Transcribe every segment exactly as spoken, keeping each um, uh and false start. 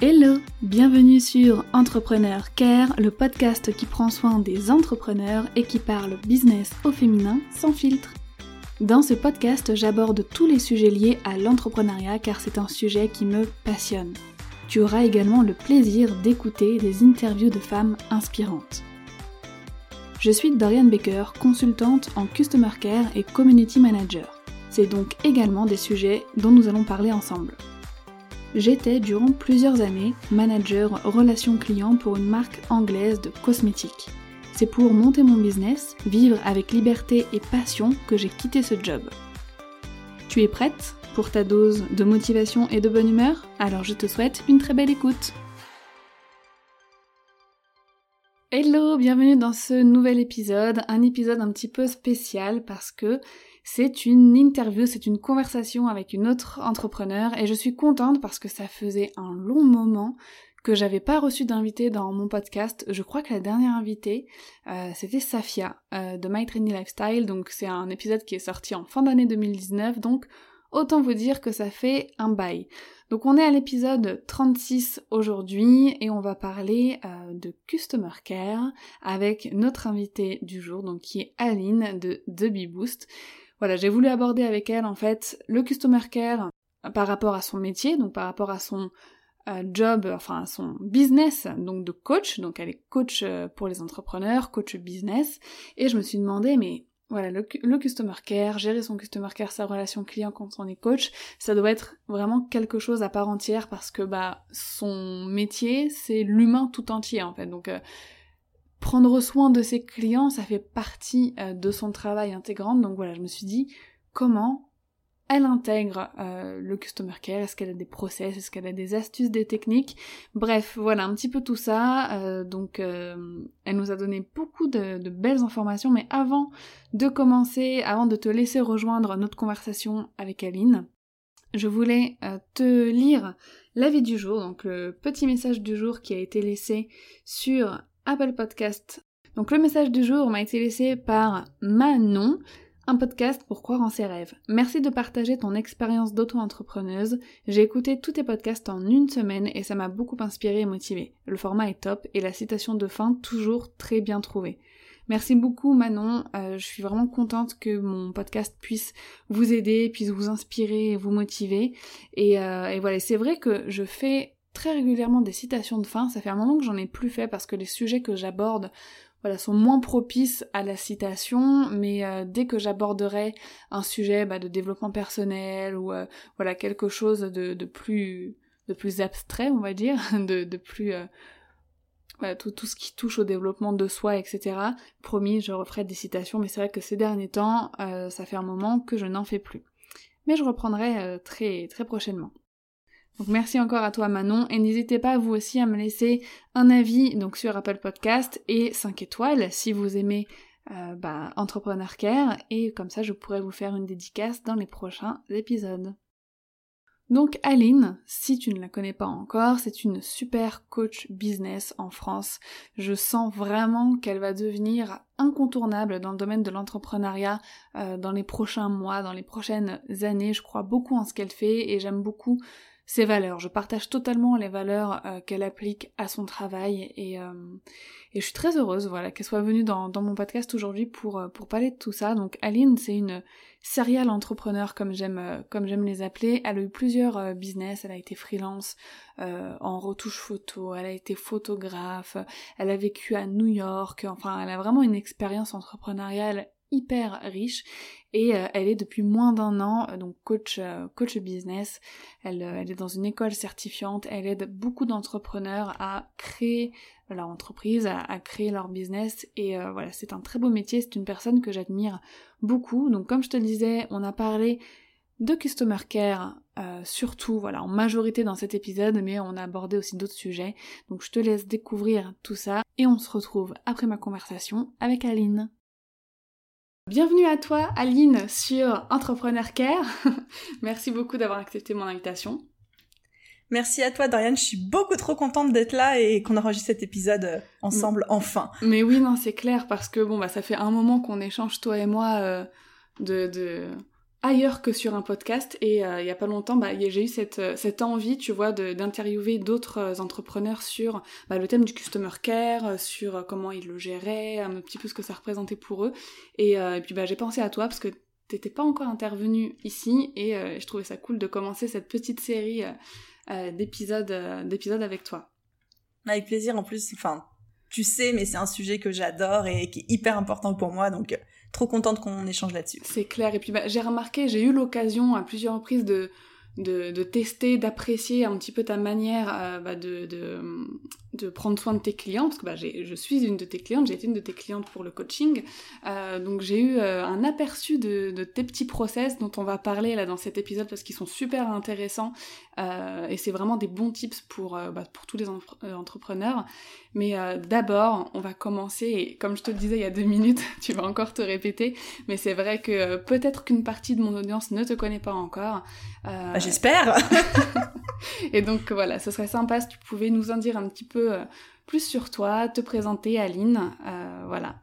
Hello, bienvenue sur Entrepreneur Care, le podcast qui prend soin des entrepreneurs et qui parle business au féminin sans filtre. Dans ce podcast, j'aborde tous les sujets liés à l'entrepreneuriat car c'est un sujet qui me passionne. Tu auras également le plaisir d'écouter des interviews de femmes inspirantes. Je suis Dorian Baker, consultante en Customer Care et Community Manager. C'est donc également des sujets dont nous allons parler ensemble. J'étais durant plusieurs années manager relations clients pour une marque anglaise de cosmétiques. C'est pour monter mon business, vivre avec liberté et passion que j'ai quitté ce job. Tu es prête pour ta dose de motivation et de bonne humeur ? Alors je te souhaite une très belle écoute. Hello, bienvenue dans ce nouvel épisode, un épisode un petit peu spécial parce que c'est une interview, c'est une conversation avec une autre entrepreneur et je suis contente parce que ça faisait un long moment que j'avais pas reçu d'invité dans mon podcast. Je crois que la dernière invitée, euh, c'était Safia euh, de My Trendy Lifestyle, donc c'est un épisode qui est sorti en fin d'année deux mille dix-neuf, donc autant vous dire que ça fait un bail. Donc on est à l'épisode trente-six aujourd'hui et on va parler euh, de Customer Care avec notre invitée du jour, donc qui est Aline de The Bee Boost. Voilà, j'ai voulu aborder avec elle en fait le Customer Care par rapport à son métier, donc par rapport à son euh, job, enfin à son business, donc de coach, donc elle est coach pour les entrepreneurs, coach business, et je me suis demandé mais voilà, le, le Customer Care, gérer son Customer Care, sa relation client quand on est coach, ça doit être vraiment quelque chose à part entière parce que bah son métier, c'est l'humain tout entier en fait. Donc euh, prendre soin de ses clients, ça fait partie euh, de son travail intégrante. Donc voilà, je me suis dit comment elle intègre euh, le Customer Care, est-ce qu'elle a des process, est-ce qu'elle a des astuces, des techniques, bref, voilà, un petit peu tout ça, euh, donc euh, elle nous a donné beaucoup de, de belles informations, mais avant de commencer, avant de te laisser rejoindre notre conversation avec Aline, je voulais euh, te lire l'avis du jour, donc le petit message du jour qui a été laissé sur Apple Podcast. Donc le message du jour m'a été laissé par Manon, un podcast pour croire en ses rêves. Merci de partager ton expérience d'auto-entrepreneuse. J'ai écouté tous tes podcasts en une semaine et ça m'a beaucoup inspiré et motivé. Le format est top et la citation de fin toujours très bien trouvée. Merci beaucoup Manon, euh, je suis vraiment contente que mon podcast puisse vous aider, puisse vous inspirer et vous motiver. Et, euh, et voilà, c'est vrai que je fais très régulièrement des citations de fin, ça fait un moment que j'en ai plus fait parce que les sujets que j'aborde voilà, sont moins propices à la citation, mais euh, dès que j'aborderai un sujet bah, de développement personnel ou euh, voilà quelque chose de, de plus de plus abstrait, on va dire, de, de plus euh, voilà, tout, tout ce qui touche au développement de soi, et cetera. Promis, je referai des citations, mais c'est vrai que ces derniers temps, euh, ça fait un moment que je n'en fais plus. Mais je reprendrai euh, très très prochainement. Donc merci encore à toi Manon, et n'hésitez pas vous aussi à me laisser un avis donc sur Apple Podcast et cinq étoiles si vous aimez euh, bah, Entrepreneur Care, et comme ça je pourrai vous faire une dédicace dans les prochains épisodes. Donc Aline, si tu ne la connais pas encore, c'est une super coach business en France. Je sens vraiment qu'elle va devenir incontournable dans le domaine de l'entrepreneuriat euh, dans les prochains mois, dans les prochaines années. Je crois beaucoup en ce qu'elle fait et j'aime beaucoup ses valeurs. Je partage totalement les valeurs euh, qu'elle applique à son travail et, euh, et je suis très heureuse voilà, qu'elle soit venue dans, dans mon podcast aujourd'hui pour, euh, pour parler de tout ça. Donc Aline, c'est une serial entrepreneur comme j'aime, euh, comme j'aime les appeler. Elle a eu plusieurs euh, business, elle a été freelance euh, en retouche photo, elle a été photographe, elle a vécu à New York, enfin elle a vraiment une expérience entrepreneuriale hyper riche et euh, elle est depuis moins d'un an euh, donc coach euh, coach business. Elle, euh, elle est dans une école certifiante, elle aide beaucoup d'entrepreneurs à créer leur entreprise, à, à créer leur business et euh, voilà, c'est un très beau métier, c'est une personne que j'admire beaucoup. Donc comme je te le disais, on a parlé de Customer Care euh, surtout, voilà, en majorité dans cet épisode, mais on a abordé aussi d'autres sujets. Donc je te laisse découvrir tout ça et on se retrouve après ma conversation avec Aline. Bienvenue à toi Aline sur Entrepreneur Care. Merci beaucoup d'avoir accepté mon invitation. Merci à toi Dorian, je suis beaucoup trop contente d'être là et qu'on enregistre cet épisode ensemble mmh. enfin. Mais oui, non, c'est clair parce que bon bah ça fait un moment qu'on échange toi et moi euh, de, de ailleurs que sur un podcast et euh, il y a pas longtemps bah, j'ai eu cette, cette envie tu vois de, d'interviewer d'autres entrepreneurs sur bah, le thème du customer care, sur comment ils le géraient, un petit peu ce que ça représentait pour eux et, euh, et puis bah, j'ai pensé à toi parce que t'étais pas encore intervenu ici et euh, je trouvais ça cool de commencer cette petite série euh, euh, d'épisodes, euh, d'épisodes avec toi. Avec plaisir en plus, enfin tu sais mais c'est un sujet que j'adore et qui est hyper important pour moi donc euh, trop contente qu'on échange là-dessus. C'est clair et puis bah, j'ai remarqué, j'ai eu l'occasion à plusieurs reprises de De, de tester, d'apprécier un petit peu ta manière euh, bah, de, de, de prendre soin de tes clients, parce que bah, j'ai, je suis une de tes clientes, j'ai été une de tes clientes pour le coaching, euh, donc j'ai eu euh, un aperçu de, de tes petits process dont on va parler là dans cet épisode parce qu'ils sont super intéressants euh, et c'est vraiment des bons tips pour, euh, bah, pour tous les entre- euh, entrepreneurs. Mais euh, d'abord, on va commencer, et comme je te le disais il y a deux minutes, tu vas encore te répéter, mais c'est vrai que euh, peut-être qu'une partie de mon audience ne te connaît pas encore. Euh, bah, j'espère. Et donc voilà, ce serait sympa si tu pouvais nous en dire un petit peu euh, plus sur toi, te présenter Aline, euh, voilà.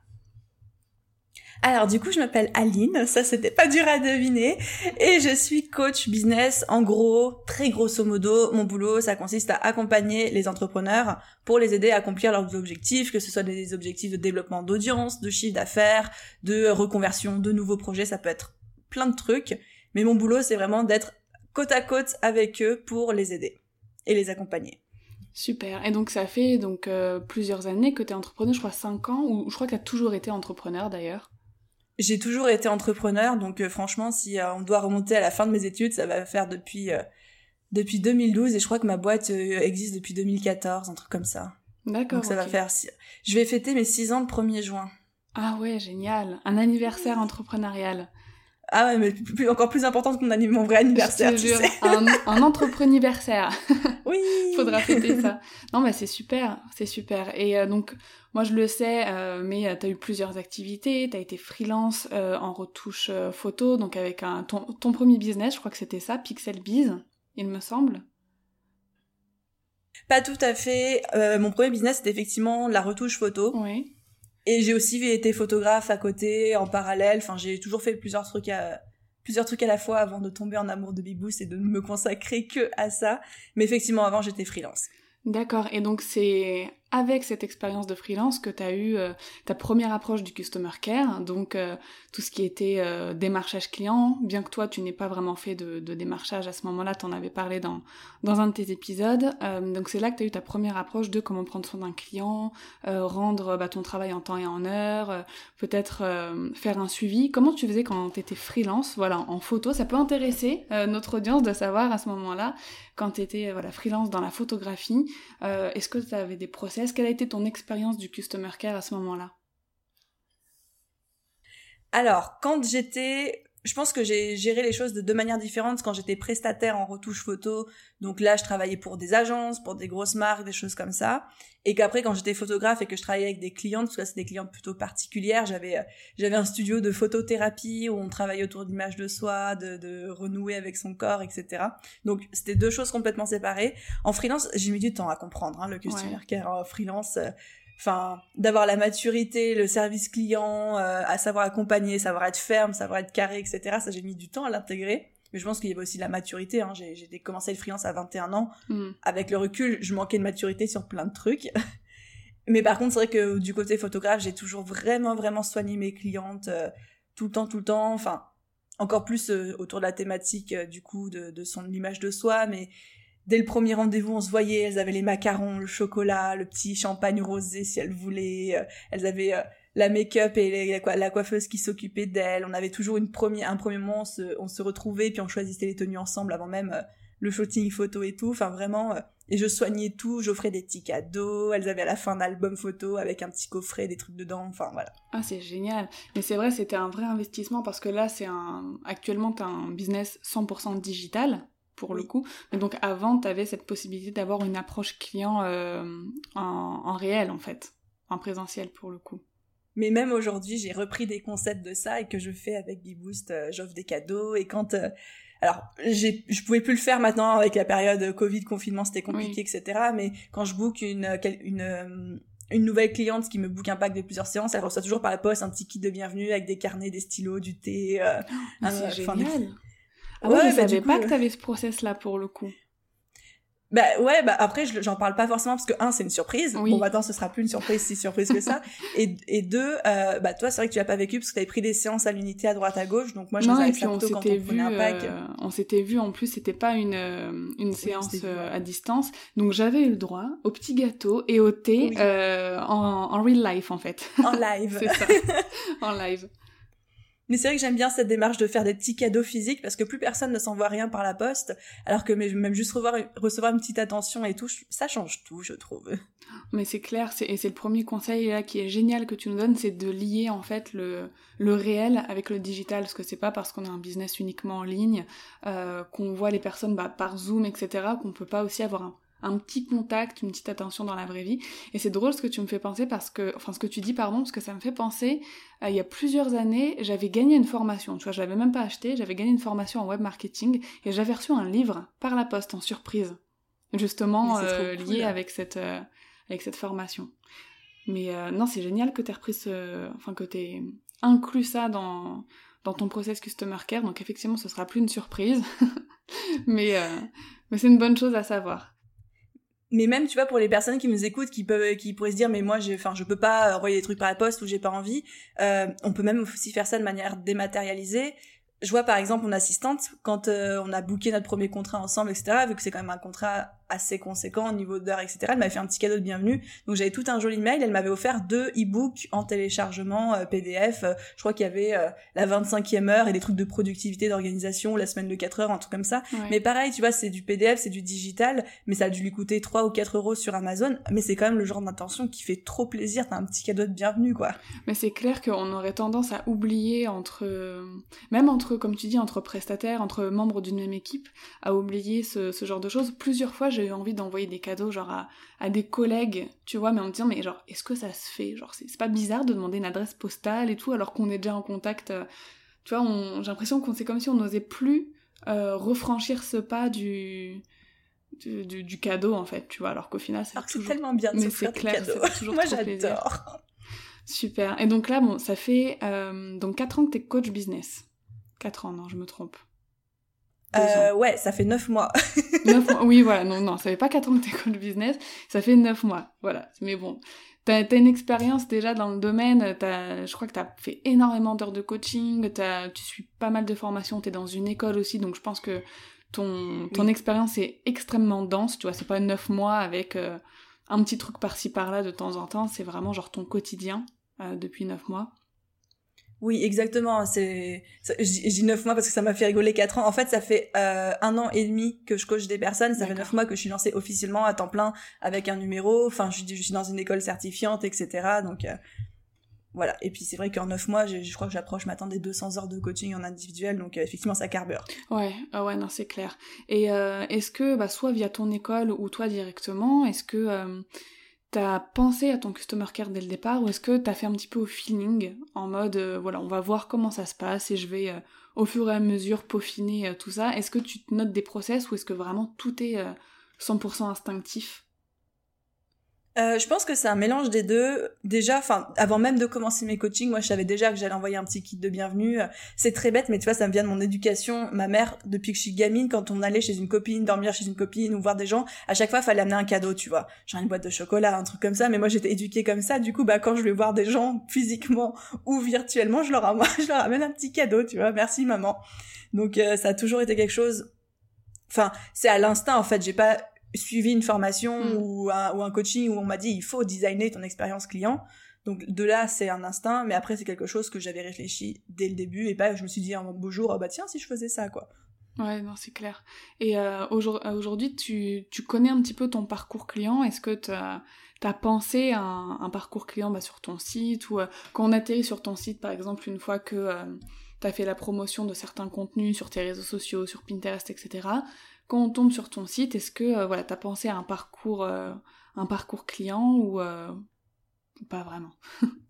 Alors du coup, je m'appelle Aline, ça c'était pas dur à deviner, et je suis coach business. En gros, très grosso modo, mon boulot, ça consiste à accompagner les entrepreneurs pour les aider à accomplir leurs objectifs, que ce soit des objectifs de développement d'audience, de chiffre d'affaires, de reconversion, de nouveaux projets, ça peut être plein de trucs, mais mon boulot, c'est vraiment d'être côte à côte avec eux pour les aider et les accompagner. Super. Et donc ça fait donc euh, plusieurs années que t'es entrepreneur, je crois cinq ans, ou je crois que t'as toujours été entrepreneur d'ailleurs. J'ai toujours été entrepreneur, donc euh, franchement, si euh, on doit remonter à la fin de mes études, ça va faire depuis euh, depuis deux mille douze, et je crois que ma boîte euh, existe depuis deux mille quatorze, un truc comme ça. D'accord. Donc ça okay. va faire... Si... Je vais fêter mes six ans le premier juin. Ah ouais, génial. Un anniversaire entrepreneurial. Ah ouais, mais plus, encore plus important que mon, anni- mon vrai anniversaire, je te tu jure, sais. un, un entrepreneuriversaire. Oui. Faudra fêter ça. Non, bah c'est super, c'est super. Et euh, donc, moi je le sais, euh, mais euh, t'as eu plusieurs activités, t'as été freelance euh, en retouche euh, photo, donc avec un, ton, ton premier business, je crois que c'était ça, Pixel Biz, il me semble. Pas tout à fait. Euh, mon premier business, c'était effectivement la retouche photo. Oui. Et j'ai aussi été photographe à côté, en parallèle. Enfin, j'ai toujours fait plusieurs trucs à, plusieurs trucs à la fois avant de tomber en amour de Bibous et de ne me consacrer que à ça. Mais effectivement, avant, j'étais freelance. D'accord. Et donc, c'est avec cette expérience de freelance que tu as eu euh, ta première approche du customer care, donc euh, tout ce qui était euh, démarchage client, bien que toi tu n'aies pas vraiment fait de, de démarchage à ce moment-là, tu en avais parlé dans, dans un de tes épisodes, euh, donc c'est là que tu as eu ta première approche de comment prendre soin d'un client, euh, rendre bah, ton travail en temps et en heure, euh, peut-être euh, faire un suivi. Comment tu faisais quand tu étais freelance, voilà, en photo? Ça peut intéresser euh, notre audience de savoir à ce moment-là, quand tu étais voilà, freelance dans la photographie, euh, est-ce que tu avais des process? Quelle a été ton expérience du customer care à ce moment-là? Alors, quand j'étais... Je pense que j'ai géré les choses de deux manières différentes. Quand j'étais prestataire en retouche photo, donc là, je travaillais pour des agences, pour des grosses marques, des choses comme ça. Et qu'après, quand j'étais photographe et que je travaillais avec des clientes, parce que là, c'est des clientes plutôt particulières, j'avais j'avais un studio de photothérapie où on travaille autour d'images de soi, de, de renouer avec son corps, et cetera. Donc, c'était deux choses complètement séparées. En freelance, j'ai mis du temps à comprendre, hein, le customer ouais. care en freelance... Euh, Enfin, d'avoir la maturité, le service client, euh, à savoir accompagner, savoir être ferme, savoir être carré, et cetera. Ça, j'ai mis du temps à l'intégrer. Mais je pense qu'il y avait aussi la maturité. Hein. J'ai, j'ai commencé le freelance à vingt et un ans. Mm. Avec le recul, je manquais de maturité sur plein de trucs. Mais par contre, c'est vrai que du côté photographe, j'ai toujours vraiment, vraiment soigné mes clientes euh, tout le temps, tout le temps. Enfin, encore plus euh, autour de la thématique, euh, du coup, de, de son image de soi, mais... Dès le premier rendez-vous, on se voyait, elles avaient les macarons, le chocolat, le petit champagne rosé si elles voulaient, euh, elles avaient euh, la make-up et les, la, la coiffeuse qui s'occupait d'elles. On avait toujours une première, un premier moment, on se, on se retrouvait, puis on choisissait les tenues ensemble avant même euh, le shooting photo et tout. Enfin vraiment, euh, et je soignais tout, j'offrais des petits cadeaux, elles avaient à la fin un album photo avec un petit coffret, des trucs dedans, enfin voilà. Ah c'est génial, mais c'est vrai, c'était un vrai investissement parce que là, c'est un, actuellement t'as un business cent pour cent digital. Pour oui. le coup. Mais donc avant, tu avais cette possibilité d'avoir une approche client euh, en, en réel, en fait. En présentiel, pour le coup. Mais même aujourd'hui, j'ai repris des concepts de ça et que je fais avec Beboost. Euh, j'offre des cadeaux et quand... Euh, alors, j'ai, je pouvais plus le faire maintenant avec la période Covid, confinement, c'était compliqué, oui. et cetera. Mais quand je book une, une, une nouvelle cliente qui me book un pack de plusieurs séances, elle reçoit toujours par la poste un petit kit de bienvenue avec des carnets, des stylos, du thé. Euh, oh, c'est euh, génial. Des... Ah ouais, ouais, je bah, savais coup, pas que t'avais ce process-là pour le coup. Bah ouais, bah après je, j'en parle pas forcément parce que un c'est une surprise. Oui. Bon maintenant ce sera plus une surprise si surprise que ça. Et et deux, euh, bah toi c'est vrai que tu l'as pas vécu parce que t'avais pris des séances à l'unité à droite à gauche, donc moi je faisais ça plutôt quand on vu, prenait un pack. Euh, on s'était vu en plus c'était pas une euh, une oui, séance euh, à distance, donc j'avais eu le droit au petit gâteau et au thé oui. euh, en en real life en fait. En live. C'est ça. En live. Mais c'est vrai que j'aime bien cette démarche de faire des petits cadeaux physiques parce que plus personne ne s'envoie rien par la poste, alors que même juste recevoir, recevoir une petite attention et tout, ça change tout, je trouve. Mais c'est clair, c'est, et c'est le premier conseil là qui est génial que tu nous donnes, c'est de lier en fait le, le réel avec le digital, parce que c'est pas parce qu'on a un business uniquement en ligne euh, qu'on voit les personnes bah, par Zoom, et cetera, qu'on peut pas aussi avoir un un petit contact, une petite attention dans la vraie vie. Et c'est drôle ce que tu me fais penser parce que, enfin ce que tu dis pardon, parce que ça me fait penser, euh, il y a plusieurs années, j'avais gagné une formation, tu vois, je l'avais même pas acheté, j'avais gagné une formation en web marketing et j'avais reçu un livre par la poste en surprise, justement euh, lié cool. avec cette, euh, avec cette formation. Mais euh, non, c'est génial que t'aies repris ce, enfin que t'aies inclus ça dans dans ton process customer care, donc effectivement ce sera plus une surprise, mais euh, mais c'est une bonne chose à savoir. Mais même, tu vois, pour les personnes qui nous écoutent, qui peuvent, qui pourraient se dire, mais moi, j'ai, enfin, je peux pas envoyer des trucs par la poste ou j'ai pas envie. Euh, on peut même aussi faire ça de manière dématérialisée. Je vois, par exemple, mon assistante, quand euh, on a booké notre premier contrat ensemble, et cetera, vu que c'est quand même un contrat assez conséquent au niveau d'heures, et cetera, elle m'avait fait un petit cadeau de bienvenue. Donc, j'avais tout un joli mail. Elle m'avait offert deux e-books en téléchargement euh, P D F. Euh, je crois qu'il y avait euh, la vingt-cinquième heure et des trucs de productivité, d'organisation, la semaine de quatre heures, un truc comme ça. Ouais. Mais pareil, tu vois, c'est du P D F, c'est du digital, mais ça a dû lui coûter trois ou quatre euros sur Amazon. Mais c'est quand même le genre d'intention qui fait trop plaisir. T'as un petit cadeau de bienvenue, quoi. Mais c'est clair qu'on aurait tendance à oublier entre, même entre, comme tu dis, entre prestataires, entre membres d'une même équipe, à oublier ce, ce genre de choses. Plusieurs fois, j'ai eu envie d'envoyer des cadeaux, genre à, à des collègues, tu vois, mais en me disant, mais genre, est-ce que ça se fait? Genre, c'est, c'est pas bizarre de demander une adresse postale et tout, alors qu'on est déjà en contact, euh, tu vois, on, j'ai l'impression qu'on c'est comme si on n'osait plus euh, refranchir ce pas du... Du, du, du cadeau, en fait, tu vois, alors qu'au final, c'est alors toujours... c'est tellement bien de s'offrir des cadeaux. C'est toujours Moi, trop j'adore. Plaisir. Super. Et donc là, bon, ça fait euh, donc quatre ans que t'es coach business. quatre ans, non, je me trompe. Euh, ouais, ça fait neuf mois. neuf mois, oui, voilà, non, non, ça fait pas quatre ans que t'es coach business, ça fait neuf mois, voilà. Mais bon, t'as, t'as une expérience déjà dans le domaine, t'as, je crois que t'as fait énormément d'heures de coaching, t'as, tu suis pas mal de formations, t'es dans une école aussi, donc je pense que ton, ton oui. expérience est extrêmement dense, tu vois, c'est pas neuf mois avec euh, un petit truc par-ci par-là de temps en temps, c'est vraiment genre ton quotidien euh, depuis neuf mois. Oui, exactement. C'est, c'est je dis neuf mois parce que ça m'a fait rigoler quatre ans. En fait, ça fait euh, un an et demi que je coach des personnes. Ça D'accord. fait neuf mois que je suis lancée officiellement à temps plein avec un numéro. Enfin, je, je suis dans une école certifiante, et cetera. Donc euh, voilà. Et puis c'est vrai qu'en neuf mois, je, je crois que j'approche maintenant des deux cents heures de coaching en individuel. Donc euh, effectivement, ça carbure. Ouais, ah ouais, non, c'est clair. Et euh, est-ce que, bah, soit via ton école ou toi directement, est-ce que euh, t'as pensé à ton customer care dès le départ ou est-ce que t'as fait un petit peu au feeling en mode euh, voilà on va voir comment ça se passe et je vais euh, au fur et à mesure peaufiner euh, tout ça. Est-ce que tu te notes des process ou est-ce que vraiment tout est euh, cent pour cent instinctif? Euh, je pense que c'est un mélange des deux. Déjà, enfin, avant même de commencer mes coachings, moi, je savais déjà que j'allais envoyer un petit kit de bienvenue. C'est très bête, mais tu vois, ça me vient de mon éducation. Ma mère, depuis que je suis gamine, quand on allait chez une copine, dormir chez une copine ou voir des gens, à chaque fois, il fallait amener un cadeau, tu vois. Genre une boîte de chocolat, un truc comme ça. Mais moi, j'étais éduquée comme ça. Du coup, bah, quand je vais voir des gens physiquement ou virtuellement, je leur amène, je leur amène un petit cadeau, tu vois. Merci, maman. Donc, euh, ça a toujours été quelque chose. Enfin, c'est à l'instinct, en fait. J'ai pas suivi une formation mmh. ou, un, ou un coaching où on m'a dit il faut designer ton expérience client. Donc de là c'est un instinct, mais après c'est quelque chose que j'avais réfléchi dès le début et pas je me suis dit un beau jour oh bah tiens si je faisais ça quoi. Ouais non c'est clair. Et euh, aujourd'hui tu, tu connais un petit peu ton parcours client, est-ce que t'as t'as pensé à un, un parcours client bah, sur ton site ou euh, quand on atterrit sur ton site par exemple une fois que euh, t'as fait la promotion de certains contenus sur tes réseaux sociaux, sur Pinterest et cetera. Quand on tombe sur ton site, est-ce que euh, voilà, t'as pensé à un parcours, euh, un parcours client ou, euh, ou pas vraiment?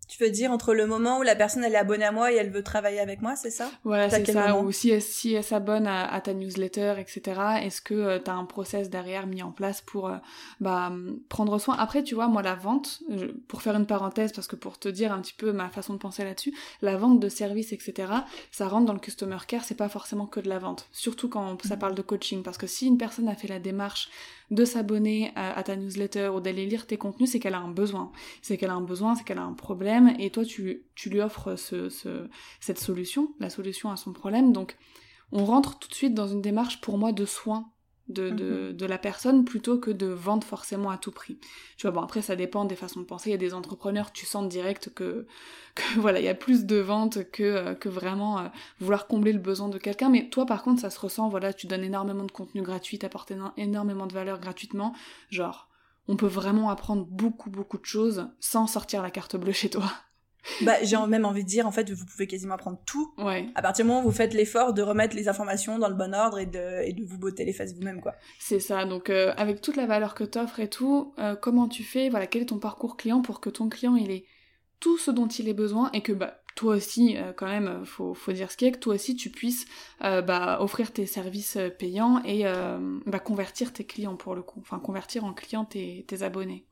Tu veux dire entre le moment où la personne elle est abonnée à moi et elle veut travailler avec moi, c'est ça? Voilà, T'as c'est quel ça. moment? Ou si elle, si elle s'abonne à, à ta newsletter, et cetera. Est-ce que euh, t'as un process derrière mis en place pour euh, bah, prendre soin? Après, tu vois, moi, la vente, je, pour faire une parenthèse, parce que pour te dire un petit peu ma façon de penser là-dessus, la vente de services, et cetera, ça rentre dans le customer care, c'est pas forcément que de la vente. Surtout quand ça parle de coaching. Parce que si une personne a fait la démarche de s'abonner à, à ta newsletter ou d'aller lire tes contenus, c'est qu'elle a un besoin. C'est qu'elle a un besoin, c'est qu'elle a un problème, et toi, tu, tu lui offres ce, ce, cette solution, la solution à son problème. Donc, on rentre tout de suite dans une démarche, pour moi, de soin de, de, de la personne, plutôt que de vendre forcément à tout prix. Tu vois, bon, après, ça dépend des façons de penser. Il y a des entrepreneurs, tu sens direct que, que voilà, il y a plus de ventes que, que vraiment euh, vouloir combler le besoin de quelqu'un. Mais toi, par contre, ça se ressent, voilà, tu donnes énormément de contenu gratuit, t'apportes énormément de valeur gratuitement. Genre, on peut vraiment apprendre beaucoup, beaucoup de choses sans sortir la carte bleue chez toi. Bah, j'ai même envie de dire, en fait, vous pouvez quasiment apprendre tout. Ouais. À partir du moment où vous faites l'effort de remettre les informations dans le bon ordre et de, et de vous botter les fesses vous-même, quoi. C'est ça. Donc, euh, avec toute la valeur que t'offres et tout, euh, comment tu fais, voilà, quel est ton parcours client pour que ton client, il ait tout ce dont il ait besoin et que, bah, toi aussi, euh, quand même, faut, faut dire ce qu'il y a, que toi aussi, tu puisses, euh, bah, offrir tes services payants et, euh, bah, convertir tes clients, pour le coup. Enfin, convertir en clients tes, tes abonnés.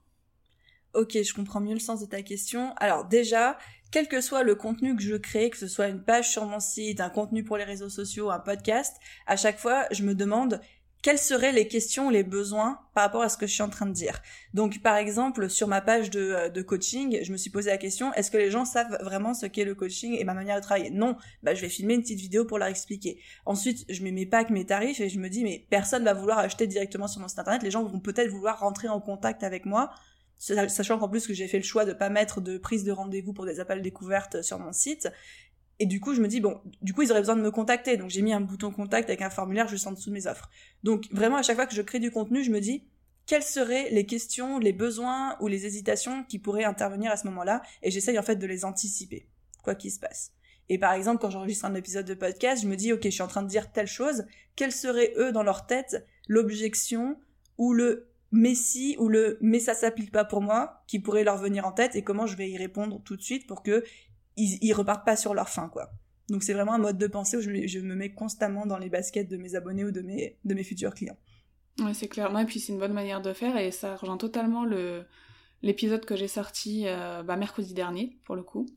Ok, je comprends mieux le sens de ta question. Alors déjà, quel que soit le contenu que je crée, que ce soit une page sur mon site, un contenu pour les réseaux sociaux, un podcast, à chaque fois, je me demande quelles seraient les questions, les besoins par rapport à ce que je suis en train de dire. Donc par exemple, sur ma page de, de coaching, je me suis posé la question, est-ce que les gens savent vraiment ce qu'est le coaching et ma manière de travailler? Non, bah je vais filmer une petite vidéo pour leur expliquer. Ensuite, je mets mes packs, mes tarifs et je me dis, mais personne va vouloir acheter directement sur mon site internet, les gens vont peut-être vouloir rentrer en contact avec moi, sachant qu'en plus que j'ai fait le choix de pas mettre de prise de rendez-vous pour des appels découvertes sur mon site. Et du coup, je me dis, bon, du coup, ils auraient besoin de me contacter. Donc, j'ai mis un bouton contact avec un formulaire juste en dessous de mes offres. Donc, vraiment, à chaque fois que je crée du contenu, je me dis, quelles seraient les questions, les besoins ou les hésitations qui pourraient intervenir à ce moment-là? Et j'essaye, en fait, de les anticiper, quoi qu'il se passe. Et par exemple, quand j'enregistre un épisode de podcast, je me dis, ok, je suis en train de dire telle chose. Quelle serait, eux, dans leur tête, l'objection ou le mais si ou le mais ça s'applique pas pour moi qui pourrait leur venir en tête et comment je vais y répondre tout de suite pour que ils, ils repartent pas sur leur faim, quoi. Donc c'est vraiment un mode de pensée où je, je me mets constamment dans les baskets de mes abonnés ou de mes, de mes futurs clients. Ouais, c'est clair. Ouais, et puis c'est une bonne manière de faire et ça rejoint totalement le l'épisode que j'ai sorti euh, bah, mercredi dernier, pour le coup.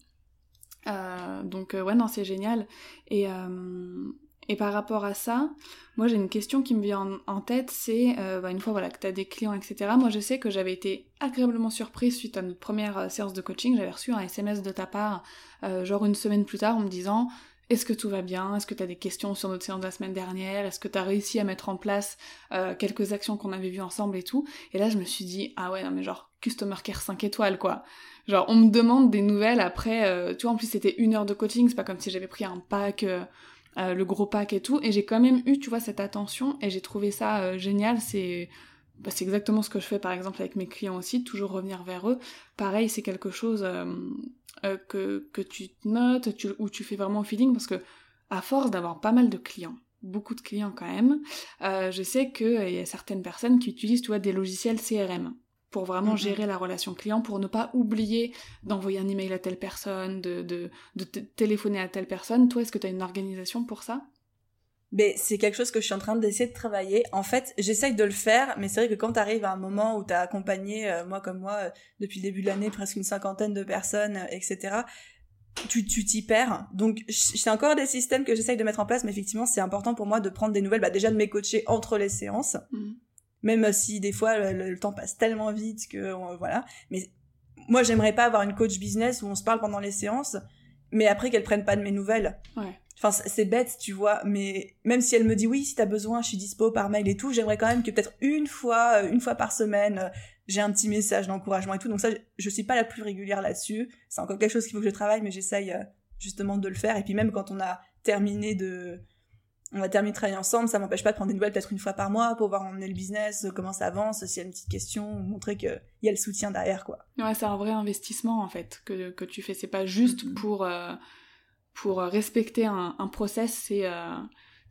Euh, donc euh, ouais, non, c'est génial. Et... Euh... Et par rapport à ça, moi j'ai une question qui me vient en, en tête, c'est euh, bah, une fois voilà que t'as des clients, et cetera. Moi je sais que j'avais été agréablement surprise suite à notre première euh, séance de coaching, j'avais reçu un S M S de ta part, euh, genre une semaine plus tard, en me disant est-ce que tout va bien, est-ce que t'as des questions sur notre séance de la semaine dernière, est-ce que t'as réussi à mettre en place euh, quelques actions qu'on avait vues ensemble et tout. Et là je me suis dit ah ouais non mais genre Customer Care cinq étoiles quoi. Genre on me demande des nouvelles après, euh, tu vois en plus c'était une heure de coaching, c'est pas comme si j'avais pris un pack... Euh, Euh, le gros pack et tout, et j'ai quand même eu, tu vois, cette attention, et j'ai trouvé ça euh, génial, c'est... Bah, c'est exactement ce que je fais, par exemple, avec mes clients aussi, toujours revenir vers eux. Pareil, c'est quelque chose euh, euh, que, que tu notes, tu, où tu fais vraiment au feeling, parce que, à force d'avoir pas mal de clients, beaucoup de clients quand même, euh, je sais qu'il euh, y a certaines personnes qui utilisent, tu vois, des logiciels C R M, pour vraiment mm-hmm. gérer la relation client, pour ne pas oublier d'envoyer un email à telle personne, de, de, de t- téléphoner à telle personne. Toi, est-ce que tu as une organisation pour ça? Mais c'est quelque chose que je suis en train d'essayer de travailler. En fait, j'essaye de le faire, mais c'est vrai que quand t'arrives à un moment où t'as accompagné, euh, moi comme moi, euh, depuis le début de l'année, presque une cinquantaine de personnes, euh, et cetera, tu, tu t'y perds. Donc, c'est encore des systèmes que j'essaye de mettre en place, mais effectivement, c'est important pour moi de prendre des nouvelles, bah, déjà de mes coachés entre les séances. Mmh. Même si des fois le, le temps passe tellement vite que euh, voilà, mais moi j'aimerais pas avoir une coach business où on se parle pendant les séances, mais après qu'elle prenne pas de mes nouvelles. Ouais. Enfin c'est bête, tu vois, mais même si elle me dit oui, si t'as besoin, je suis dispo par mail et tout, j'aimerais quand même que peut-être une fois, une fois par semaine, j'ai un petit message d'encouragement et tout. Donc ça, je suis pas la plus régulière là-dessus. C'est encore quelque chose qu'il faut que je travaille, mais j'essaye justement de le faire. Et puis même quand on a terminé de on va terminer de travailler ensemble, ça m'empêche pas de prendre des nouvelles peut-être une fois par mois pour voir où on est le business, comment ça avance, s'il y a une petite question, montrer qu'il y a le soutien derrière, quoi. Ouais, c'est un vrai investissement, en fait, que, que tu fais. C'est pas juste mm-hmm. pour, euh, pour respecter un, un process, c'est, euh,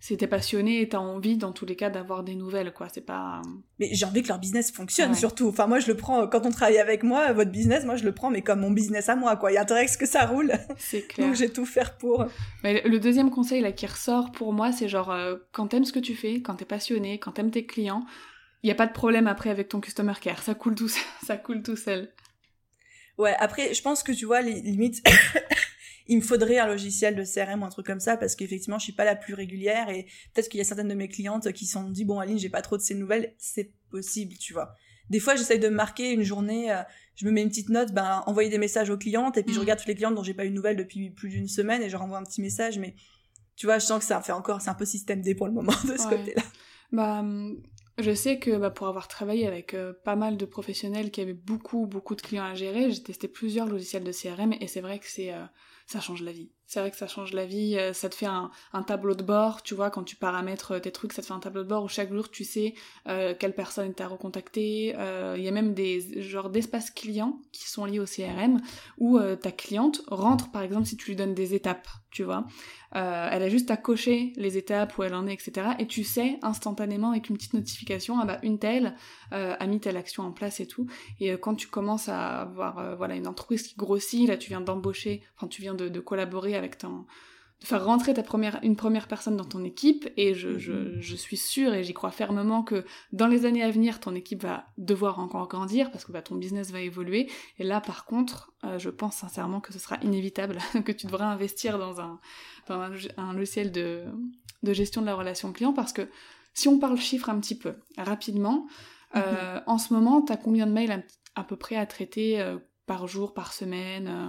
c'est t'es passionné et t'as envie dans tous les cas d'avoir des nouvelles, quoi. C'est pas... Mais j'ai envie que leur business fonctionne, ouais. surtout. Enfin, moi, je le prends, quand on travaille avec moi, votre business, moi, je le prends, mais comme mon business à moi, quoi. Il y a intérêt à ce que ça roule. C'est clair. Donc, j'ai tout faire pour. Mais le deuxième conseil, là, qui ressort pour moi, c'est genre, euh, quand t'aimes ce que tu fais, quand t'es passionné, quand t'aimes tes clients, il y a pas de problème après avec ton customer care. Ça coule tout, ça coule tout seul. Ouais, après, je pense que, tu vois, les limites... il me faudrait un logiciel de C R M ou un truc comme ça, parce qu'effectivement, je suis pas la plus régulière, et peut-être qu'il y a certaines de mes clientes qui se sont dit, bon, Aline, j'ai pas trop de ces nouvelles, c'est possible, tu vois. Des fois, j'essaye de me marquer une journée, euh, je me mets une petite note, ben, envoyer des messages aux clientes, et puis mmh. je regarde toutes les clientes dont j'ai pas eu de nouvelles depuis plus d'une semaine, et je renvoie un petit message, mais tu vois, je sens que ça fait encore, c'est un peu système D pour le moment, de ce ouais. côté-là. Bah, je sais que bah, pour avoir travaillé avec euh, pas mal de professionnels qui avaient beaucoup, beaucoup de clients à gérer, j'ai testé plusieurs logiciels de C R M, et c'est vrai que c'est... Euh, ça change la vie. C'est vrai que ça change la vie, euh, ça te fait un, un tableau de bord, tu vois, quand tu paramètres tes trucs, ça te fait un tableau de bord où chaque jour tu sais euh, quelle personne t'a recontacté. Il euh, y a même des genres d'espaces clients qui sont liés au C R M où euh, ta cliente rentre, par exemple, si tu lui donnes des étapes, tu vois. Euh, elle a juste à cocher les étapes où elle en est, et cetera. Et tu sais instantanément avec une petite notification, ah bah une telle euh, a mis telle action en place et tout. Et euh, quand tu commences à avoir euh, voilà une entreprise qui grossit, là tu viens d'embaucher, enfin tu viens de, de collaborer avec ton... de faire rentrer ta première, une première personne dans ton équipe, et je, je, je suis sûre et j'y crois fermement que dans les années à venir, ton équipe va devoir encore grandir parce que bah, ton business va évoluer, et là par contre, euh, je pense sincèrement que ce sera inévitable, que tu devras investir dans un, dans un, un logiciel de, de gestion de la relation client, parce que si on parle chiffres un petit peu, rapidement, euh, mm-hmm. en ce moment, t'as combien de mails à, à peu près à traiter euh, par jour, par semaine euh...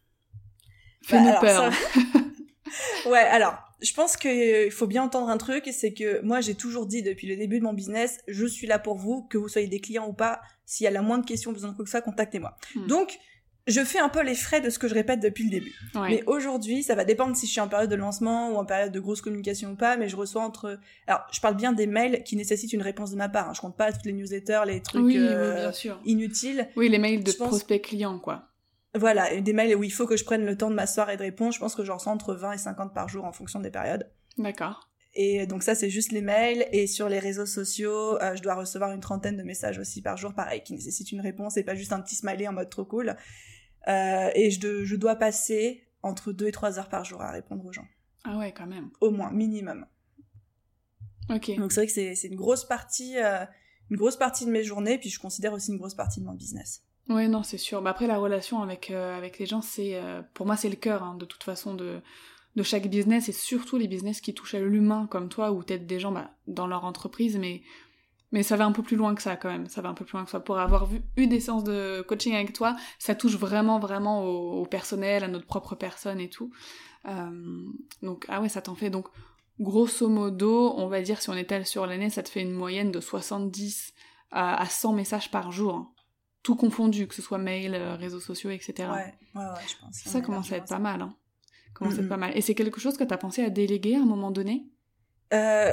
Fais-nous bah, peur. Ça... ouais, alors, je pense qu'il faut bien entendre un truc, c'est que moi, j'ai toujours dit depuis le début de mon business, je suis là pour vous, que vous soyez des clients ou pas, s'il y a la moindre question, besoin de quoi que ce soit, contactez-moi. Hmm. Donc, je fais un peu les frais de ce que je répète depuis le début. Ouais. Mais aujourd'hui, ça va dépendre si je suis en période de lancement ou en période de grosse communication ou pas, mais je reçois entre... Alors, je parle bien des mails qui nécessitent une réponse de ma part, hein. Je compte pas toutes les newsletters, les trucs oui, euh, oui, bien sûr. inutiles. Oui, les mails de pense... prospects clients, quoi. Voilà, des mails où il faut que je prenne le temps de m'asseoir et de répondre. Je pense que j'en reçois entre vingt et cinquante par jour en fonction des périodes. D'accord. Et donc ça, c'est juste les mails. Et sur les réseaux sociaux, euh, je dois recevoir une trentaine de messages aussi par jour, pareil, qui nécessitent une réponse et pas juste un petit smiley en mode trop cool. Euh, et je, de, je dois passer entre deux et trois heures par jour à répondre aux gens. Ah ouais, quand même. Au moins, minimum. Ok. Donc c'est vrai que c'est, c'est une grosse partie, euh, une grosse partie de mes journées, puis je considère aussi une grosse partie de mon business. Ouais, non, c'est sûr. Bah après, la relation avec euh, avec les gens, c'est euh, pour moi, c'est le cœur, hein, de toute façon, de de chaque business, et surtout les business qui touchent à l'humain, comme toi, ou t'aides des gens bah, dans leur entreprise, mais mais ça va un peu plus loin que ça, quand même. Ça va un peu plus loin que ça. Pour avoir vu, eu des séances de coaching avec toi, ça touche vraiment, vraiment au, au personnel, à notre propre personne et tout. Euh, donc, ah ouais, ça t'en fait. Donc, grosso modo, on va dire, si on étale sur l'année, ça te fait une moyenne de soixante-dix à cent messages par jour, hein. Tout confondu, que ce soit mail, euh, réseaux sociaux, et cetera. Ouais, ouais, ouais, je pense. Ça commence à être pas mal, hein. Commence mm-hmm. à être pas mal. Et c'est quelque chose que t'as pensé à déléguer à un moment donné ? euh...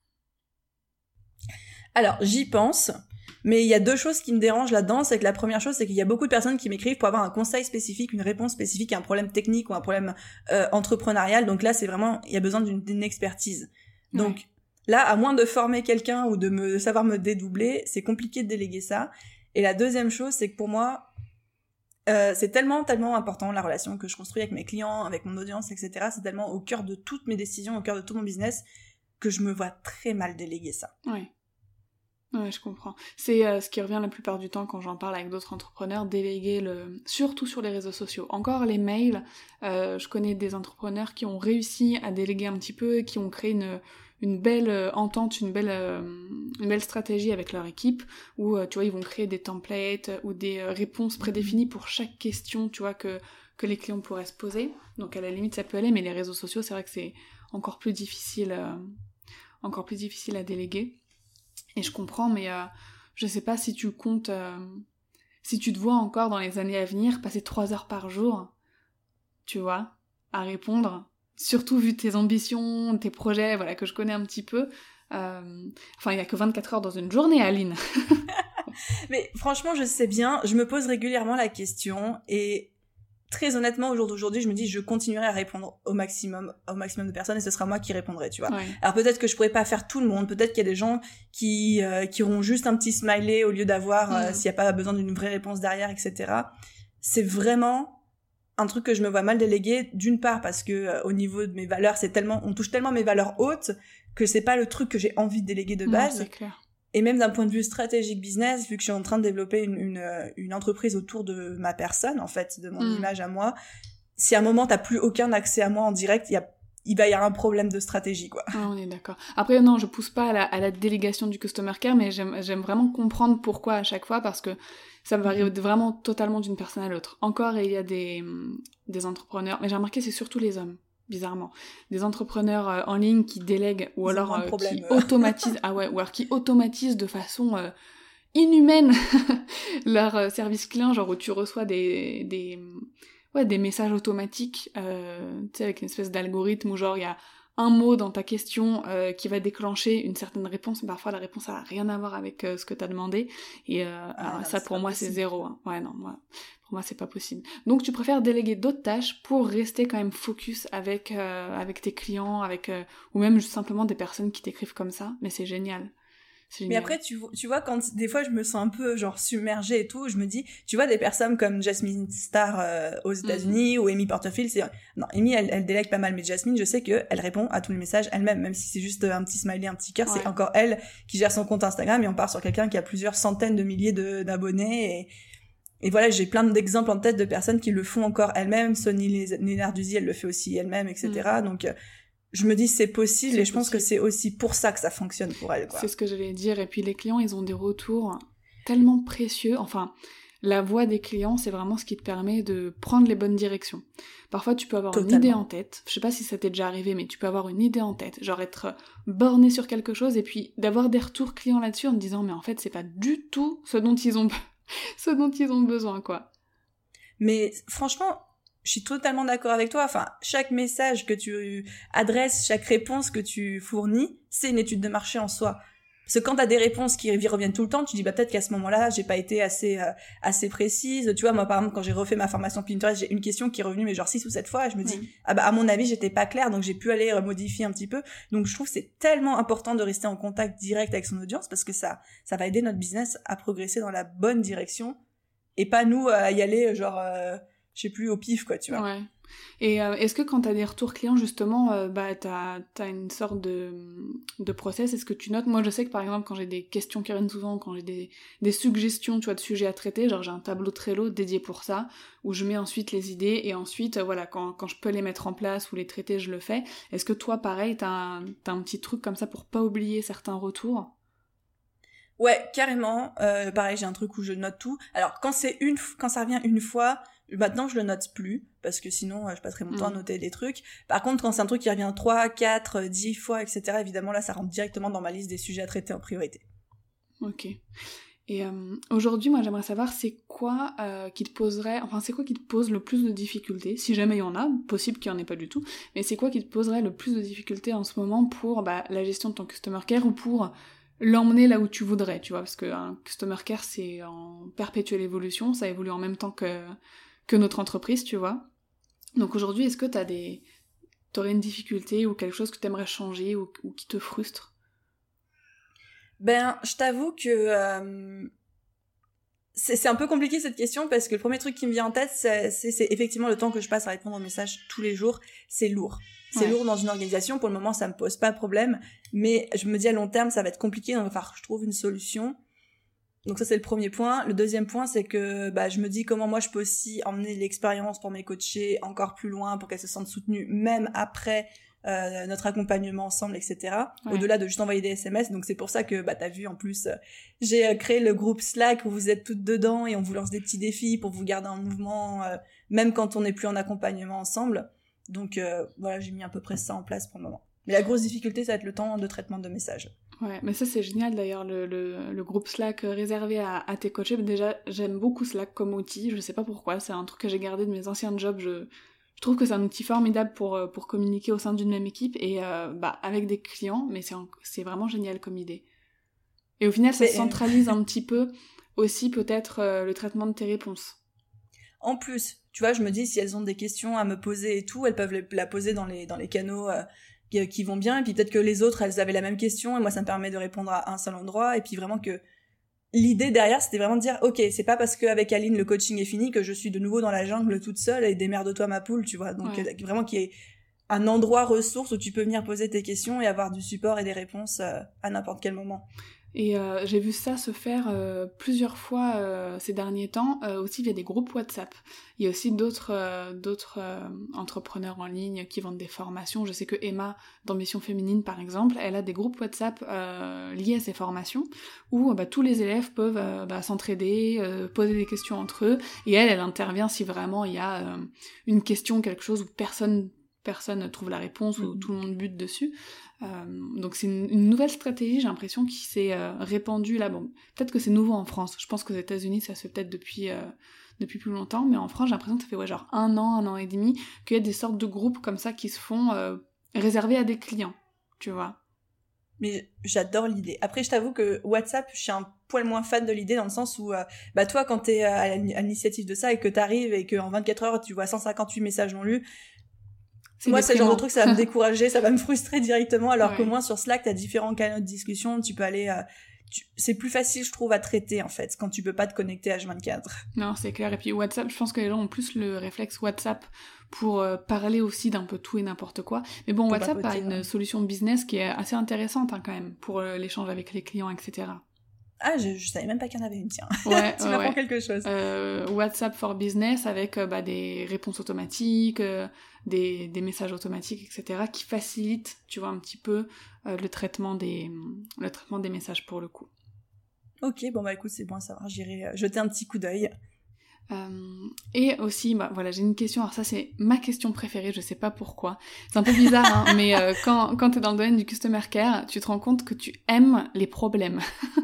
Alors, j'y pense, mais il y a deux choses qui me dérangent là-dedans. C'est que la première chose, c'est qu'il y a beaucoup de personnes qui m'écrivent pour avoir un conseil spécifique, une réponse spécifique à un problème technique ou un problème euh, entrepreneurial. Donc là, c'est vraiment, il y a besoin d'une, d'une expertise. Donc ouais. Là, à moins de former quelqu'un ou de me de savoir me dédoubler, c'est compliqué de déléguer ça. Et la deuxième chose, c'est que pour moi, euh, c'est tellement, tellement important, la relation que je construis avec mes clients, avec mon audience, et cetera. C'est tellement au cœur de toutes mes décisions, au cœur de tout mon business, que je me vois très mal déléguer ça. Oui. Ouais, je comprends. C'est euh, ce qui revient la plupart du temps quand j'en parle avec d'autres entrepreneurs, déléguer le... surtout sur les réseaux sociaux. Encore les mails, euh, je connais des entrepreneurs qui ont réussi à déléguer un petit peu, qui ont créé une... une belle entente, une belle, euh, une belle stratégie avec leur équipe, où, euh, tu vois, ils vont créer des templates ou des euh, réponses prédéfinies pour chaque question, tu vois, que, que les clients pourraient se poser. Donc, à la limite, ça peut aller, mais les réseaux sociaux, c'est vrai que c'est encore plus difficile, euh, encore plus difficile à déléguer. Et je comprends, mais euh, je sais pas si tu comptes, euh, si tu te vois encore dans les années à venir passer trois heures par jour, tu vois, à répondre. Surtout vu tes ambitions, tes projets, voilà, que je connais un petit peu. Euh... Enfin, il n'y a que vingt-quatre heures dans une journée, Aline. Mais franchement, je sais bien, je me pose régulièrement la question, et très honnêtement, au jour d'aujourd'hui, je me dis, je continuerai à répondre au maximum, au maximum de personnes et ce sera moi qui répondrai, tu vois. Ouais. Alors peut-être que je pourrais pas faire tout le monde, peut-être qu'il y a des gens qui, euh, qui auront juste un petit smiley au lieu d'avoir, mmh. euh, s'il y a pas besoin d'une vraie réponse derrière, et cetera. C'est vraiment un truc que je me vois mal déléguer, d'une part parce que euh, au niveau de mes valeurs, c'est tellement, on touche tellement mes valeurs hautes que c'est pas le truc que j'ai envie de déléguer de base. Non, c'est clair. Et même d'un point de vue stratégique business, vu que je suis en train de développer une, une, une entreprise autour de ma personne, en fait, de mon mmh. image à moi, si à un moment t'as plus aucun accès à moi en direct, il y a, il va y avoir un problème de stratégie, quoi. Ah, on est d'accord. Après, non, je pousse pas à la, à la délégation du customer care, mais j'aime, j'aime vraiment comprendre pourquoi à chaque fois, parce que ça varie mmh. vraiment totalement d'une personne à l'autre. Encore, il y a des, des entrepreneurs, mais j'ai remarqué, c'est surtout les hommes. Bizarrement, des entrepreneurs euh, en ligne qui délèguent ou Ils alors euh, problème, qui euh. automatisent ah ouais ou alors qui automatisent de façon euh, inhumaine leur euh, service client, genre où tu reçois des des ouais des messages automatiques euh, tu sais avec une espèce d'algorithme où genre il y a un mot dans ta question euh, qui va déclencher une certaine réponse, mais parfois la réponse a rien à voir avec euh, ce que t'as demandé et euh, ah, alors, non, ça pour moi possible. C'est zéro hein. Ouais non moi Pour moi, c'est pas possible. Donc, tu préfères déléguer d'autres tâches pour rester quand même focus avec euh, avec tes clients, avec euh, ou même juste simplement des personnes qui t'écrivent comme ça. Mais c'est génial. C'est génial. Mais après, tu, tu vois, quand des fois je me sens un peu genre submergée et tout, je me dis, tu vois, des personnes comme Jasmine Star euh, aux États-Unis mm-hmm. ou Amy Porterfield, c'est non, Amy elle, elle délègue pas mal, mais Jasmine, je sais que elle répond à tous les messages elle-même, même si c'est juste un petit smiley, un petit cœur, ouais. C'est encore elle qui gère son compte Instagram et on part sur quelqu'un qui a plusieurs centaines de milliers de, d'abonnés et Et voilà, j'ai plein d'exemples en tête de personnes qui le font encore elles-mêmes. Sonny Lenarduzzi, elle le fait aussi elle-même, et cetera. Mm. Donc, euh, je me dis c'est possible c'est et je possible. pense que c'est aussi pour ça que ça fonctionne pour elle, quoi. C'est ce que j'allais dire. Et puis les clients, ils ont des retours tellement précieux. Enfin, la voix des clients, c'est vraiment ce qui te permet de prendre les bonnes directions. Parfois, tu peux avoir Totalement. une idée en tête. Je sais pas si ça t'est déjà arrivé, mais tu peux avoir une idée en tête. Genre être borné sur quelque chose et puis d'avoir des retours clients là-dessus en te disant mais en fait, c'est pas du tout ce dont ils ont ce dont ils ont besoin, quoi. Mais franchement, je suis totalement d'accord avec toi. Enfin, chaque message que tu adresses, chaque réponse que tu fournis, c'est une étude de marché en soi. Parce que quand t'as des réponses qui reviennent tout le temps, tu dis bah peut-être qu'à ce moment-là, j'ai pas été assez euh, assez précise. Tu vois, moi par exemple, quand j'ai refait ma formation Pinterest, j'ai une question qui est revenue mais genre six ou sept fois et je me dis mmh. ah bah à mon avis, j'étais pas claire donc j'ai pu aller euh, modifier un petit peu. Donc je trouve que c'est tellement important de rester en contact direct avec son audience parce que ça ça va aider notre business à progresser dans la bonne direction et pas nous à y aller genre euh, je sais plus au pif quoi, tu vois. Ouais. Et euh, est-ce que quand t'as des retours clients, justement, euh, bah t'as, t'as une sorte de, de process, est-ce que tu notes? Moi, je sais que, par exemple, quand j'ai des questions qui reviennent souvent, quand j'ai des, des suggestions, tu vois, de sujets à traiter, genre j'ai un tableau Trello dédié pour ça, où je mets ensuite les idées, et ensuite, euh, voilà, quand, quand je peux les mettre en place ou les traiter, je le fais. Est-ce que toi, pareil, t'as un, t'as un petit truc comme ça pour pas oublier certains retours? Ouais, carrément. Euh, pareil, j'ai un truc où je note tout. Alors, quand c'est une, quand ça revient une fois, maintenant je le note plus parce que sinon je passerais mon mmh. temps à noter des trucs. Par contre, quand c'est un truc qui revient trois, quatre, dix fois, et cetera. Évidemment, là, ça rentre directement dans ma liste des sujets à traiter en priorité. Ok. Et euh, aujourd'hui, moi, j'aimerais savoir c'est quoi euh, qui te poserait, enfin, c'est quoi qui te pose le plus de difficultés, si jamais il y en a, possible qu'il y en ait pas du tout, mais c'est quoi qui te poserait le plus de difficultés en ce moment pour bah, la gestion de ton customer care ou pour l'emmener là où tu voudrais, tu vois, parce qu'un customer care, c'est en perpétuelle évolution, ça évolue en même temps que, que notre entreprise, tu vois. Donc aujourd'hui, est-ce que t'as des... t'aurais une difficulté ou quelque chose que t'aimerais changer ou, ou qui te frustre? Ben, je t'avoue que euh, c'est, c'est un peu compliqué cette question parce que le premier truc qui me vient en tête, c'est, c'est, c'est effectivement le temps que je passe à répondre aux messages tous les jours. C'est lourd. C'est ouais. lourd dans une organisation. Pour le moment, ça me pose pas de problème. Mais je me dis à long terme, ça va être compliqué. Donc, il va falloir que je trouve une solution. Donc ça, c'est le premier point. Le deuxième point, c'est que bah, je me dis comment moi, je peux aussi emmener l'expérience pour mes coachés encore plus loin pour qu'elles se sentent soutenues, même après euh, notre accompagnement ensemble, et cetera. Ouais. Au-delà de juste envoyer des S M S. Donc c'est pour ça que bah, t'as vu, en plus, euh, j'ai euh, créé le groupe Slack où vous êtes toutes dedans et on vous lance des petits défis pour vous garder en mouvement, euh, même quand on n'est plus en accompagnement ensemble. Donc euh, voilà, j'ai mis à peu près ça en place pour le moment. Mais la grosse difficulté, ça va être le temps de traitement de messages. Ouais, mais ça c'est génial d'ailleurs, le, le, le groupe Slack réservé à, à tes coachés. Déjà, j'aime beaucoup Slack comme outil, je sais pas pourquoi, c'est un truc que j'ai gardé de mes anciens jobs. Je, je trouve que c'est un outil formidable pour, pour communiquer au sein d'une même équipe et euh, bah, avec des clients, mais c'est, c'est vraiment génial comme idée. Et au final, ça mais... centralise un petit peu aussi peut-être euh, le traitement de tes réponses. En plus, tu vois, je me dis, si elles ont des questions à me poser et tout, elles peuvent les, la poser dans les, dans les canaux euh, qui, qui vont bien, et puis peut-être que les autres, elles avaient la même question, et moi, ça me permet de répondre à un seul endroit, et puis vraiment que l'idée derrière, c'était vraiment de dire, ok, c'est pas parce qu'avec Aline, le coaching est fini que je suis de nouveau dans la jungle toute seule, et démerde-toi ma poule, tu vois. Donc, ouais. Vraiment qu'il y ait un endroit ressource où tu peux venir poser tes questions et avoir du support et des réponses euh, à n'importe quel moment. Et euh, j'ai vu ça se faire euh, plusieurs fois euh, ces derniers temps, euh, aussi via des groupes WhatsApp. Il y a aussi d'autres euh, d'autres euh, entrepreneurs en ligne qui vendent des formations. Je sais que Emma, d'Ambition Féminine par exemple, elle a des groupes WhatsApp euh, liés à ses formations, où bah, tous les élèves peuvent euh, bah, s'entraider, euh, poser des questions entre eux, et elle, elle intervient si vraiment il y a euh, une question, quelque chose où personne... personne trouve la réponse ou tout le monde bute dessus. Euh, donc c'est une, une nouvelle stratégie, j'ai l'impression, qui s'est euh, répandue là. Bon, peut-être que c'est nouveau en France. Je pense qu'aux États-Unis, ça se fait peut-être depuis, euh, depuis plus longtemps, mais en France, j'ai l'impression que ça fait ouais, genre un an, un an et demi, qu'il y a des sortes de groupes comme ça qui se font euh, réservés à des clients, tu vois. Mais j'adore l'idée. Après, je t'avoue que WhatsApp, je suis un poil moins fan de l'idée dans le sens où, euh, bah toi, quand t'es à l'initiative de ça et que t'arrives et qu'en vingt-quatre heures, tu vois cent cinquante-huit messages non lus, c'est moi, c'est le genre de truc, ça va me décourager, ça va me frustrer directement, alors ouais. qu'au moins sur Slack, t'as différents canaux de discussion, tu peux aller... Euh, tu... C'est plus facile, je trouve, à traiter, en fait, quand tu peux pas te connecter H vingt-quatre. Non, c'est clair. Et puis WhatsApp, je pense que les gens ont plus le réflexe WhatsApp pour euh, parler aussi d'un peu tout et n'importe quoi. Mais bon, pour WhatsApp a une hein. solution business qui est assez intéressante, hein, quand même, pour euh, l'échange avec les clients, et cetera. Ah, je, je savais même pas qu'il y en avait une, tiens. Ouais, tu ouais, m'apprends ouais. quelque chose. Euh, WhatsApp for Business avec euh, bah, des réponses automatiques, euh, des, des messages automatiques, et cetera qui facilitent, tu vois, un petit peu euh, le traitement des le traitement des messages pour le coup. Ok, bon bah écoute, c'est bon à savoir, j'irai euh, jeter un petit coup d'œil. Euh, et aussi, bah voilà, j'ai une question, alors ça c'est ma question préférée, je sais pas pourquoi, c'est un peu bizarre, hein, mais euh, quand, quand t'es dans le domaine du customer care, tu te rends compte que tu aimes les problèmes.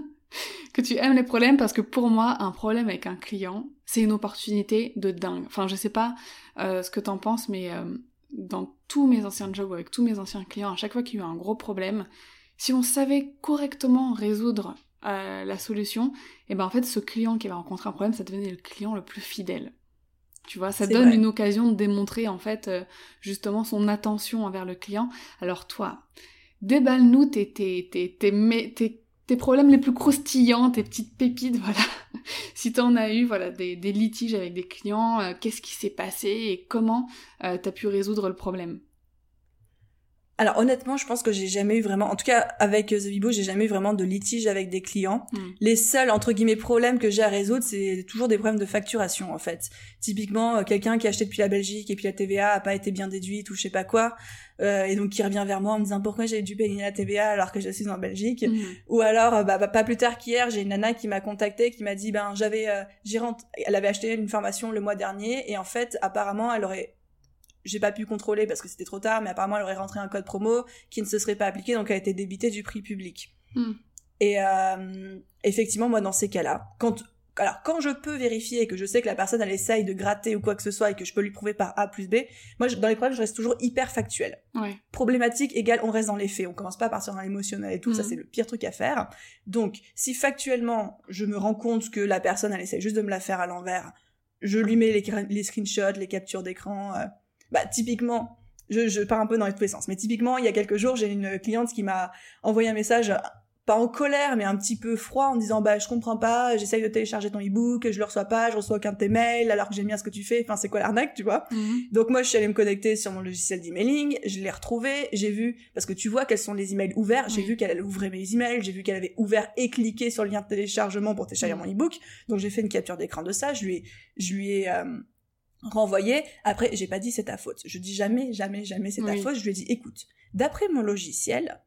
que tu aimes les problèmes, parce que pour moi, un problème avec un client, c'est une opportunité de dingue. Enfin, je sais pas euh, ce que t'en penses, mais euh, dans tous mes anciens jobs, avec tous mes anciens clients, à chaque fois qu'il y a eu un gros problème, si on savait correctement résoudre euh, la solution, et ben en fait, ce client qui va rencontrer un problème, ça devenait le client le plus fidèle. Tu vois, ça c'est donne vrai. Une occasion de démontrer, en fait, euh, justement, son attention envers le client. Alors toi, déballe-nous tes, tes, tes, tes, tes, tes tes problèmes les plus croustillants, tes petites pépites, voilà. Si t'en as eu, voilà, des, des litiges avec des clients, euh, qu'est-ce qui s'est passé et comment euh, t'as pu résoudre le problème? Alors honnêtement, je pense que j'ai jamais eu vraiment, en tout cas avec The Bibo, j'ai jamais eu vraiment de litige avec des clients. Mm. Les seuls entre guillemets problèmes que j'ai à résoudre, c'est toujours des problèmes de facturation en fait. Typiquement, euh, quelqu'un qui a acheté depuis la Belgique et puis la T V A a pas été bien déduite ou je sais pas quoi, euh, et donc qui revient vers moi en me disant pourquoi j'ai dû payer la T V A alors que je suis en Belgique. Mm. Ou alors, euh, bah, bah pas plus tard qu'hier, j'ai une nana qui m'a contactée, qui m'a dit ben j'avais, euh, j'ai rent... elle avait acheté une formation le mois dernier et en fait apparemment elle aurait j'ai pas pu contrôler parce que c'était trop tard, mais apparemment elle aurait rentré un code promo qui ne se serait pas appliqué, donc elle a été débitée du prix public. Mm. Et euh, effectivement, moi dans ces cas-là, quand alors quand je peux vérifier et que je sais que la personne elle essaye de gratter ou quoi que ce soit et que je peux lui prouver par A plus B, moi je, dans les problèmes je reste toujours hyper factuel. Ouais. Problématique égale on reste dans les faits, on commence pas à partir dans l'émotionnel et tout, mm. ça c'est le pire truc à faire. Donc si factuellement je me rends compte que la personne elle essaye juste de me la faire à l'envers, je lui mets les, les screenshots, les captures d'écran. Euh, Bah, typiquement, je, je pars un peu dans tous les sens, mais typiquement, il y a quelques jours, j'ai une cliente qui m'a envoyé un message, pas en colère, mais un petit peu froid, en disant, bah, je comprends pas, j'essaye de télécharger ton e-book, je le reçois pas, je reçois aucun de tes mails, alors que j'aime bien ce que tu fais, enfin, c'est quoi l'arnaque, tu vois? Mm-hmm. Donc, moi, je suis allée me connecter sur mon logiciel d'emailing, je l'ai retrouvé, j'ai vu, parce que tu vois quels sont les emails ouverts, j'ai mm-hmm. vu qu'elle ouvrait mes emails, j'ai vu qu'elle avait ouvert et cliqué sur le lien de téléchargement pour télécharger mm-hmm. mon e-book, donc j'ai fait une capture d'écran de ça, je lui ai, je lui ai, euh, renvoyé. Après, j'ai pas dit c'est ta faute. Je dis jamais, jamais, jamais c'est ta oui. faute. Je lui ai dit, écoute, d'après mon logiciel,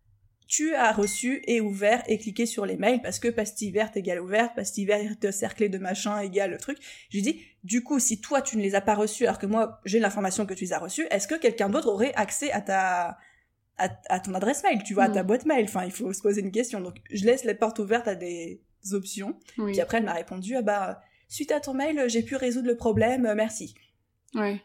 tu as reçu et ouvert et cliqué sur les mails parce que pastille verte égale ouverte, pastille verte cerclée de machin égale le truc. Je lui ai dit, du coup, si toi tu ne les as pas reçus alors que moi j'ai l'information que tu les as reçus, est-ce que quelqu'un d'autre aurait accès à ta à, à ton adresse mail, tu vois, mmh. à ta boîte mail? Enfin, il faut se poser une question. Donc, je laisse les portes ouvertes à des options. Oui. Puis après, elle m'a répondu, ah bah suite à ton mail, j'ai pu résoudre le problème, merci. Ouais.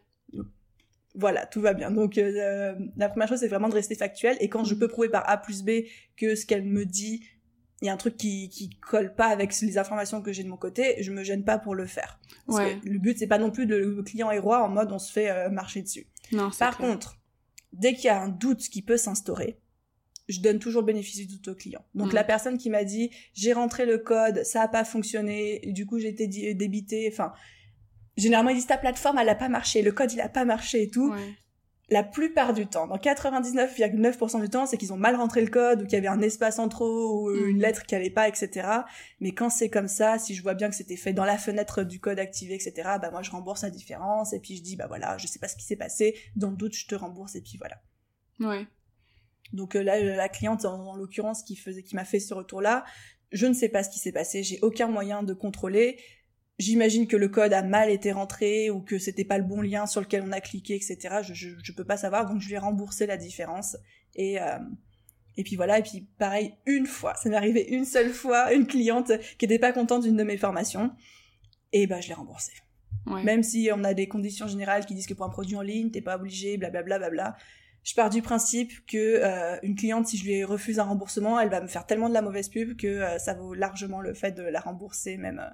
Voilà, tout va bien. Donc, euh, la première chose, c'est vraiment de rester factuel. Et quand mmh. je peux prouver par A plus B que ce qu'elle me dit il y a un truc qui qui colle pas avec les informations que j'ai de mon côté, je me gêne pas pour le faire. Parce ouais. que le but c'est pas non plus de le client est roi en mode on se fait euh, marcher dessus. Non, c'est Par clair. contre, dès qu'il y a un doute qui peut s'instaurer, je donne toujours le bénéfice du doute au client. Donc mmh. la personne qui m'a dit j'ai rentré le code, ça a pas fonctionné, et du coup j'ai été dé- débité, enfin généralement ils disent ta plateforme elle a pas marché, le code il a pas marché et tout. Ouais. La plupart du temps, dans quatre-vingt-dix-neuf virgule neuf pour cent du temps, c'est qu'ils ont mal rentré le code, ou qu'il y avait un espace en trop, ou mmh. une lettre qui allait pas, et cetera. Mais quand c'est comme ça, si je vois bien que c'était fait dans la fenêtre du code activé, et cetera, bah moi je rembourse la différence, et puis je dis, bah voilà, je sais pas ce qui s'est passé, dans le doute je te rembourse, et puis voilà. Ouais. Donc euh, là, la cliente, en, en l'occurrence, qui faisait, qui m'a fait ce retour-là, je ne sais pas ce qui s'est passé, j'ai aucun moyen de contrôler. J'imagine que le code a mal été rentré ou que c'était pas le bon lien sur lequel on a cliqué, et cetera. Je, je, je peux pas savoir, donc je lui ai remboursé la différence. Et, euh, et puis voilà, et puis pareil, une fois, ça m'est arrivé une seule fois, une cliente qui était pas contente d'une de mes formations, et bah je l'ai remboursée. Ouais. Même si on a des conditions générales qui disent que pour un produit en ligne, t'es pas obligé, blablabla, blablabla. Je pars du principe que euh, une cliente, si je lui refuse un remboursement, elle va me faire tellement de la mauvaise pub que euh, ça vaut largement le fait de la rembourser, même... Euh,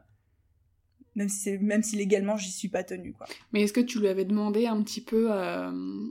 même si c'est même si légalement j'y suis pas tenue quoi. Mais est-ce que tu lui avais demandé un petit peu euh,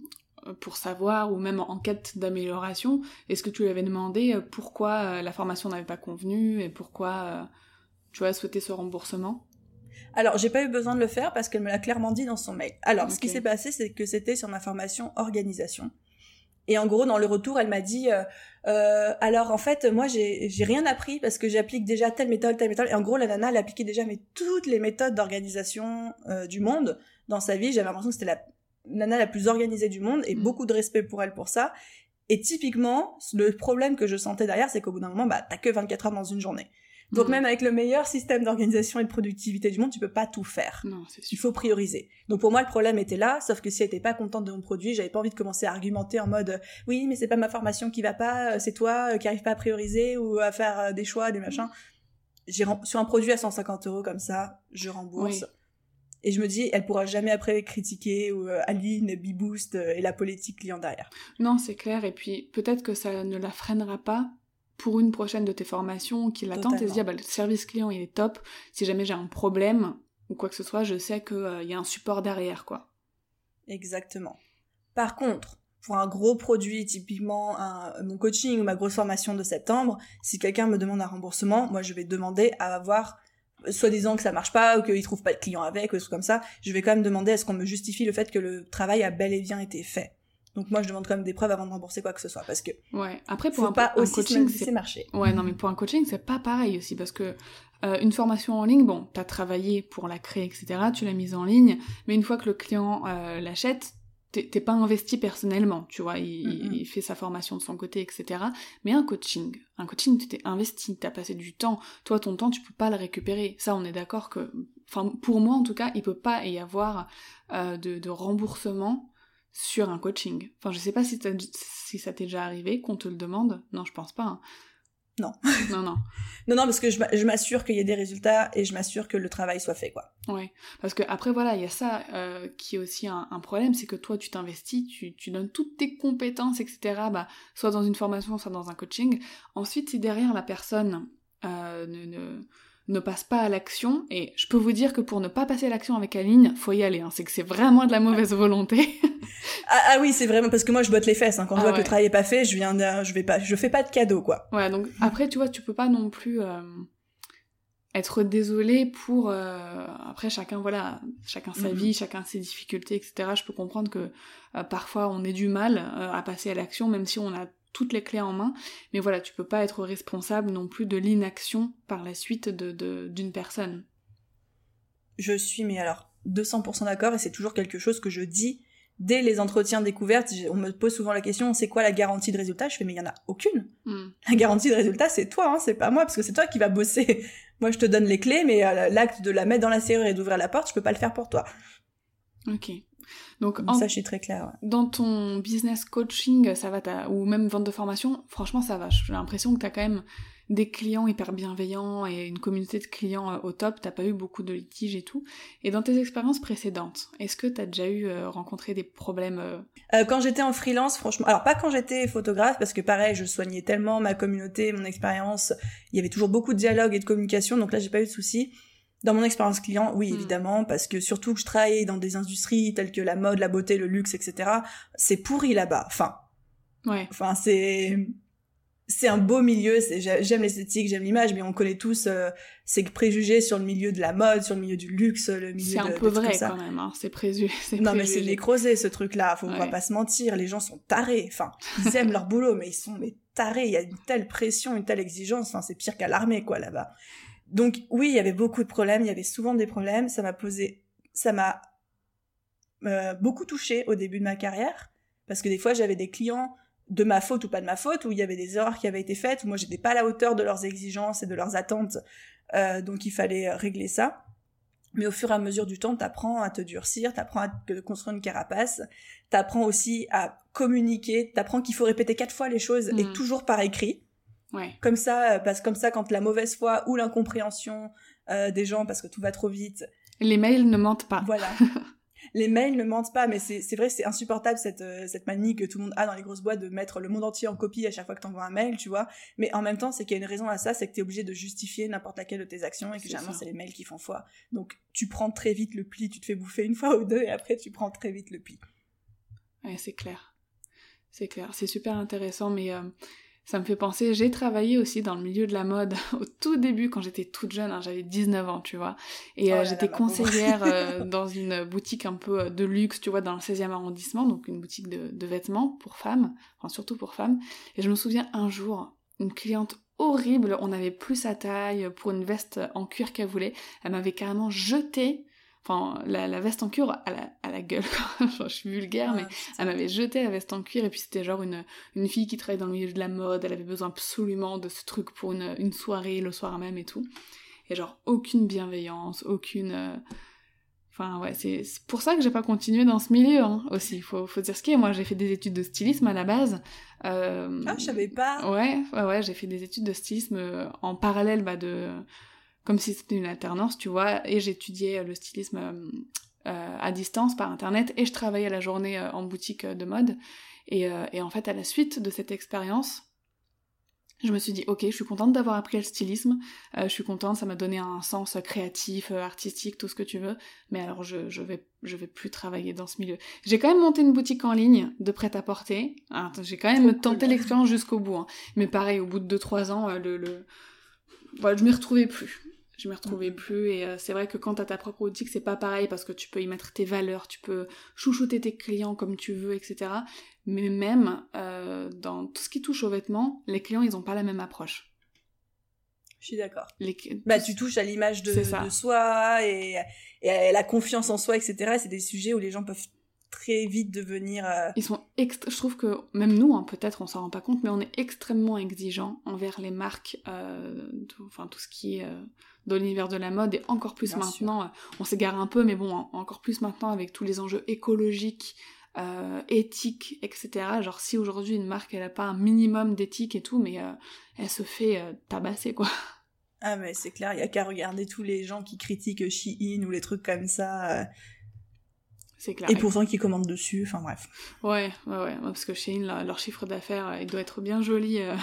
pour savoir, ou même en quête d'amélioration, est-ce que tu lui avais demandé pourquoi euh, la formation n'avait pas convenu et pourquoi euh, tu as souhaité ce remboursement? Alors j'ai pas eu besoin de le faire parce qu'elle me l'a clairement dit dans son mail. Alors okay. Ce qui s'est passé c'est que c'était sur ma formation organisation. Et en gros, dans le retour, elle m'a dit euh, euh, alors en fait, moi j'ai j'ai rien appris parce que j'applique déjà telle méthode, telle méthode. Et en gros, la nana, elle appliquait déjà mais toutes les méthodes d'organisation euh, du monde dans sa vie. J'avais l'impression que c'était la nana la plus organisée du monde et mmh. beaucoup de respect pour elle pour ça. Et typiquement, le problème que je sentais derrière, c'est qu'au bout d'un moment, bah t'as que vingt-quatre heures dans une journée. Donc mmh. même avec le meilleur système d'organisation et de productivité du monde, tu peux pas tout faire. Non, c'est sûr. Il faut prioriser. Donc pour moi, le problème était là, sauf que si elle était pas contente de mon produit, j'avais pas envie de commencer à argumenter en mode « Oui, mais c'est pas ma formation qui va pas, c'est toi qui arrive pas à prioriser ou à faire des choix, des machins. » J'ai rem... Sur un produit à cent cinquante euros comme ça, je rembourse. Oui. Et je me dis, elle pourra jamais après critiquer ou euh, Aline, Beboost euh, et la politique client derrière. Non, c'est clair. Et puis peut-être que ça ne la freinera pas pour une prochaine de tes formations qui l'attendent et se dire bah, le service client il est top, si jamais j'ai un problème ou quoi que ce soit, je sais qu'il euh, y a un support derrière, quoi. Exactement. Par contre, pour un gros produit, typiquement un, mon coaching ou ma grosse formation de septembre, si quelqu'un me demande un remboursement, moi je vais demander à avoir, soi-disant que ça marche pas ou qu'il trouve pas de client avec ou des trucs comme ça, je vais quand même demander à ce qu'on me justifie le fait que le travail a bel et bien été fait. Donc moi je demande quand même des preuves avant de rembourser quoi que ce soit parce que ouais. Après pour faut un, pas un aussi coaching c'est marché. Ouais non mais pour un coaching c'est pas pareil aussi parce que euh, une formation en ligne bon t'as travaillé pour la créer etc, tu l'as mise en ligne mais une fois que le client euh, l'achète t'es, t'es pas investi personnellement tu vois il, mm-hmm. il fait sa formation de son côté etc, mais un coaching un coaching tu t'es investi, t'as passé du temps, toi ton temps tu peux pas le récupérer, ça on est d'accord que enfin pour moi en tout cas il peut pas y avoir euh, de, de remboursement sur un coaching. Enfin, je sais pas si, si ça t'est déjà arrivé, qu'on te le demande. Non, je pense pas. Hein. Non. Non, non. non, non, parce que je, je m'assure qu'il y ait des résultats et je m'assure que le travail soit fait, quoi. Ouais. Parce que après, voilà, il y a ça euh, qui est aussi un, un problème, c'est que toi, tu t'investis, tu, tu donnes toutes tes compétences, et cetera, bah, soit dans une formation, soit dans un coaching. Ensuite, si derrière la personne euh, ne... ne ne passe pas à l'action, et je peux vous dire que pour ne pas passer à l'action avec Aline, faut y aller, hein. C'est que c'est vraiment de la mauvaise volonté. ah, ah oui, c'est vraiment, parce que moi je botte les fesses, hein. Quand ah je vois ouais. que le travail est pas fait, je viens de, je vais pas, je fais pas de cadeaux, quoi. Ouais, donc après, tu vois, tu peux pas non plus euh, être désolé pour, euh, après chacun, voilà, chacun sa mm-hmm. vie, chacun ses difficultés, et cetera. Je peux comprendre que euh, parfois on ait du mal euh, à passer à l'action, même si on a toutes les clés en main, mais voilà, tu peux pas être responsable non plus de l'inaction par la suite de, de, d'une personne. Je suis, mais alors, deux cents pour cent d'accord, et c'est toujours quelque chose que je dis dès les entretiens découvertes. On me pose souvent la question, c'est quoi la garantie de résultat ? Je fais, mais il y en a aucune. Mm. La garantie de résultat, c'est toi, hein, c'est pas moi, parce que c'est toi qui vas bosser. Moi, je te donne les clés, mais euh, l'acte de la mettre dans la serrure et d'ouvrir la porte, je peux pas le faire pour toi. Ok. Donc, Donc en, ça, je suis très claire. Ouais. Dans ton business coaching, ça va, t'as, ou même vente de formation, franchement, ça va. J'ai l'impression que t'as quand même des clients hyper bienveillants et une communauté de clients euh, au top, t'as pas eu beaucoup de litiges et tout. Et dans tes expériences précédentes, est-ce que t'as déjà eu euh, rencontré des problèmes euh... Euh, Quand j'étais en freelance, franchement, alors pas quand j'étais photographe, parce que pareil, je soignais tellement ma communauté, mon expérience, il y avait toujours beaucoup de dialogue et de communication, donc là j'ai pas eu de soucis. Dans mon expérience client, oui, mmh. évidemment, parce que surtout que je travaillais dans des industries telles que la mode, la beauté, le luxe, et cetera, c'est pourri là-bas. Enfin, ouais. enfin c'est c'est un beau milieu. C'est j'aime l'esthétique, j'aime l'image, mais on connaît tous euh, ces préjugés sur le milieu de la mode, sur le milieu du luxe, le milieu. C'est de, un peu de vrai quand même, hein. C'est préjugé. Non mais c'est nécrosé ce truc-là. Faut ouais. on va pas se mentir, les gens sont tarés. Enfin, ils aiment leur boulot, mais ils sont mais tarés. Il y a une telle pression, une telle exigence. Enfin, c'est pire qu'à l'armée quoi là-bas. Donc oui, il y avait beaucoup de problèmes, il y avait souvent des problèmes, ça m'a posé, ça m'a euh, beaucoup touchée au début de ma carrière, parce que des fois j'avais des clients de ma faute ou pas de ma faute, où il y avait des erreurs qui avaient été faites, où moi j'étais pas à la hauteur de leurs exigences et de leurs attentes, euh, donc il fallait régler ça. Mais au fur et à mesure du temps, t'apprends à te durcir, t'apprends à te construire une carapace, t'apprends aussi à communiquer, t'apprends qu'il faut répéter quatre fois les choses mmh. et toujours par écrit. Ouais. Comme ça, parce comme ça, quand la mauvaise foi ou l'incompréhension euh, des gens, parce que tout va trop vite. Les mails ne mentent pas. Voilà. Les mails ne mentent pas, mais c'est, c'est vrai, c'est insupportable cette, euh, cette manie que tout le monde a dans les grosses boîtes de mettre le monde entier en copie à chaque fois que t'envoies un mail, tu vois. Mais en même temps, c'est qu'il y a une raison à ça, c'est que t'es obligé de justifier n'importe laquelle de tes actions et que c'est généralement ça. C'est les mails qui font foi. Donc tu prends très vite le pli, tu te fais bouffer une fois ou deux et après tu prends très vite le pli. Ouais, c'est clair. C'est clair. C'est super intéressant, mais... Euh... Ça me fait penser, j'ai travaillé aussi dans le milieu de la mode au tout début quand j'étais toute jeune, hein, j'avais dix-neuf ans, tu vois. Et euh, oh j'étais là, conseillère euh, dans une boutique un peu de luxe, tu vois, dans le seizième arrondissement, donc une boutique de, de vêtements pour femmes, enfin surtout pour femmes. Et je me souviens un jour, une cliente horrible, on n'avait plus sa taille pour une veste en cuir qu'elle voulait, elle m'avait carrément jeté... Enfin, la, la veste en cuir à la, à la gueule, quoi. Genre, je suis vulgaire, mais elle m'avait jeté la veste en cuir, et puis c'était genre une, une fille qui travaillait dans le milieu de la mode, elle avait besoin absolument de ce truc pour une, une soirée, le soir même et tout. Et genre, aucune bienveillance, aucune... Euh... Enfin, ouais, c'est, c'est pour ça que j'ai pas continué dans ce milieu, hein, aussi. Faut, faut dire ce qu'il y a. Moi, j'ai fait des études de stylisme à la base. Euh... Ah, je savais pas. Ouais, ouais, ouais, j'ai fait des études de stylisme en parallèle, bah, de... comme si c'était une alternance, tu vois, et j'étudiais le stylisme euh, à distance par internet, et je travaillais la journée euh, en boutique de mode, et, euh, et en fait, à la suite de cette expérience, je me suis dit, ok, je suis contente d'avoir appris le stylisme, euh, je suis contente, ça m'a donné un sens créatif, euh, artistique, tout ce que tu veux, mais alors je, je, vais, je vais plus travailler dans ce milieu. J'ai quand même monté une boutique en ligne de prêt-à-porter, hein, j'ai quand même Trop tenté cool. L'expérience jusqu'au bout, hein. Mais pareil, au bout de deux trois ans, euh, le... le... Voilà, je m'y retrouvais plus. Je m'y retrouvais mmh. plus, et euh, c'est vrai que quand t'as ta propre boutique, c'est pas pareil, parce que tu peux y mettre tes valeurs, tu peux chouchouter tes clients comme tu veux, et cetera. Mais même, euh, dans tout ce qui touche aux vêtements, les clients, ils ont pas la même approche. Je suis d'accord. Les... Bah, tu touches à l'image de, de soi, et, et à la confiance en soi, et cetera. C'est des sujets où les gens peuvent très vite devenir... Euh... Ils sont ext... Je trouve que, même nous, hein, peut-être on s'en rend pas compte, mais on est extrêmement exigeants envers les marques, euh, tout, enfin tout ce qui est euh, dans l'univers de la mode, et encore plus Bien maintenant, euh, on s'égare un peu, mais bon, hein, encore plus maintenant avec tous les enjeux écologiques, euh, éthiques, et cetera. Genre si aujourd'hui une marque, elle a pas un minimum d'éthique et tout, mais euh, elle se fait euh, tabasser, quoi. Ah mais c'est clair, il y a qu'à regarder tous les gens qui critiquent Shein ou les trucs comme ça... Euh... C'est clair. Et pourtant qui commandent dessus, enfin bref. Ouais, ouais, ouais, parce que Shein, là, leur chiffre d'affaires, il doit être bien joli. Euh...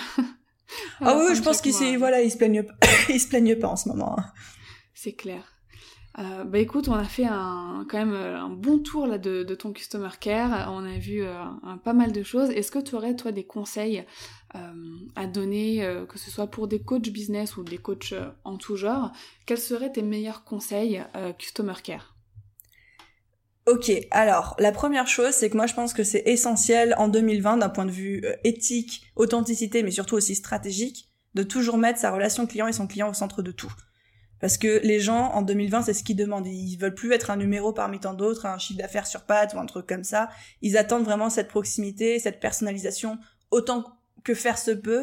ah oui, je pense qu'ils c'est, voilà, ils se plaignent pas, ils se plaignent pas en ce moment. C'est clair. Euh, bah écoute, on a fait un, quand même un bon tour là de, de ton customer care, on a vu euh, un, pas mal de choses. Est-ce que tu aurais toi des conseils euh, à donner, euh, que ce soit pour des coachs business ou des coachs euh, en tout genre? Quels seraient tes meilleurs conseils euh, customer care? Ok, alors, la première chose, c'est que moi je pense que c'est essentiel en deux mille vingt, d'un point de vue euh, éthique, authenticité, mais surtout aussi stratégique, de toujours mettre sa relation client et son client au centre de tout. Parce que les gens, en deux mille vingt, c'est ce qu'ils demandent. Ils veulent plus être un numéro parmi tant d'autres, un chiffre d'affaires sur pattes ou un truc comme ça. Ils attendent vraiment cette proximité, cette personnalisation, autant que faire se peut,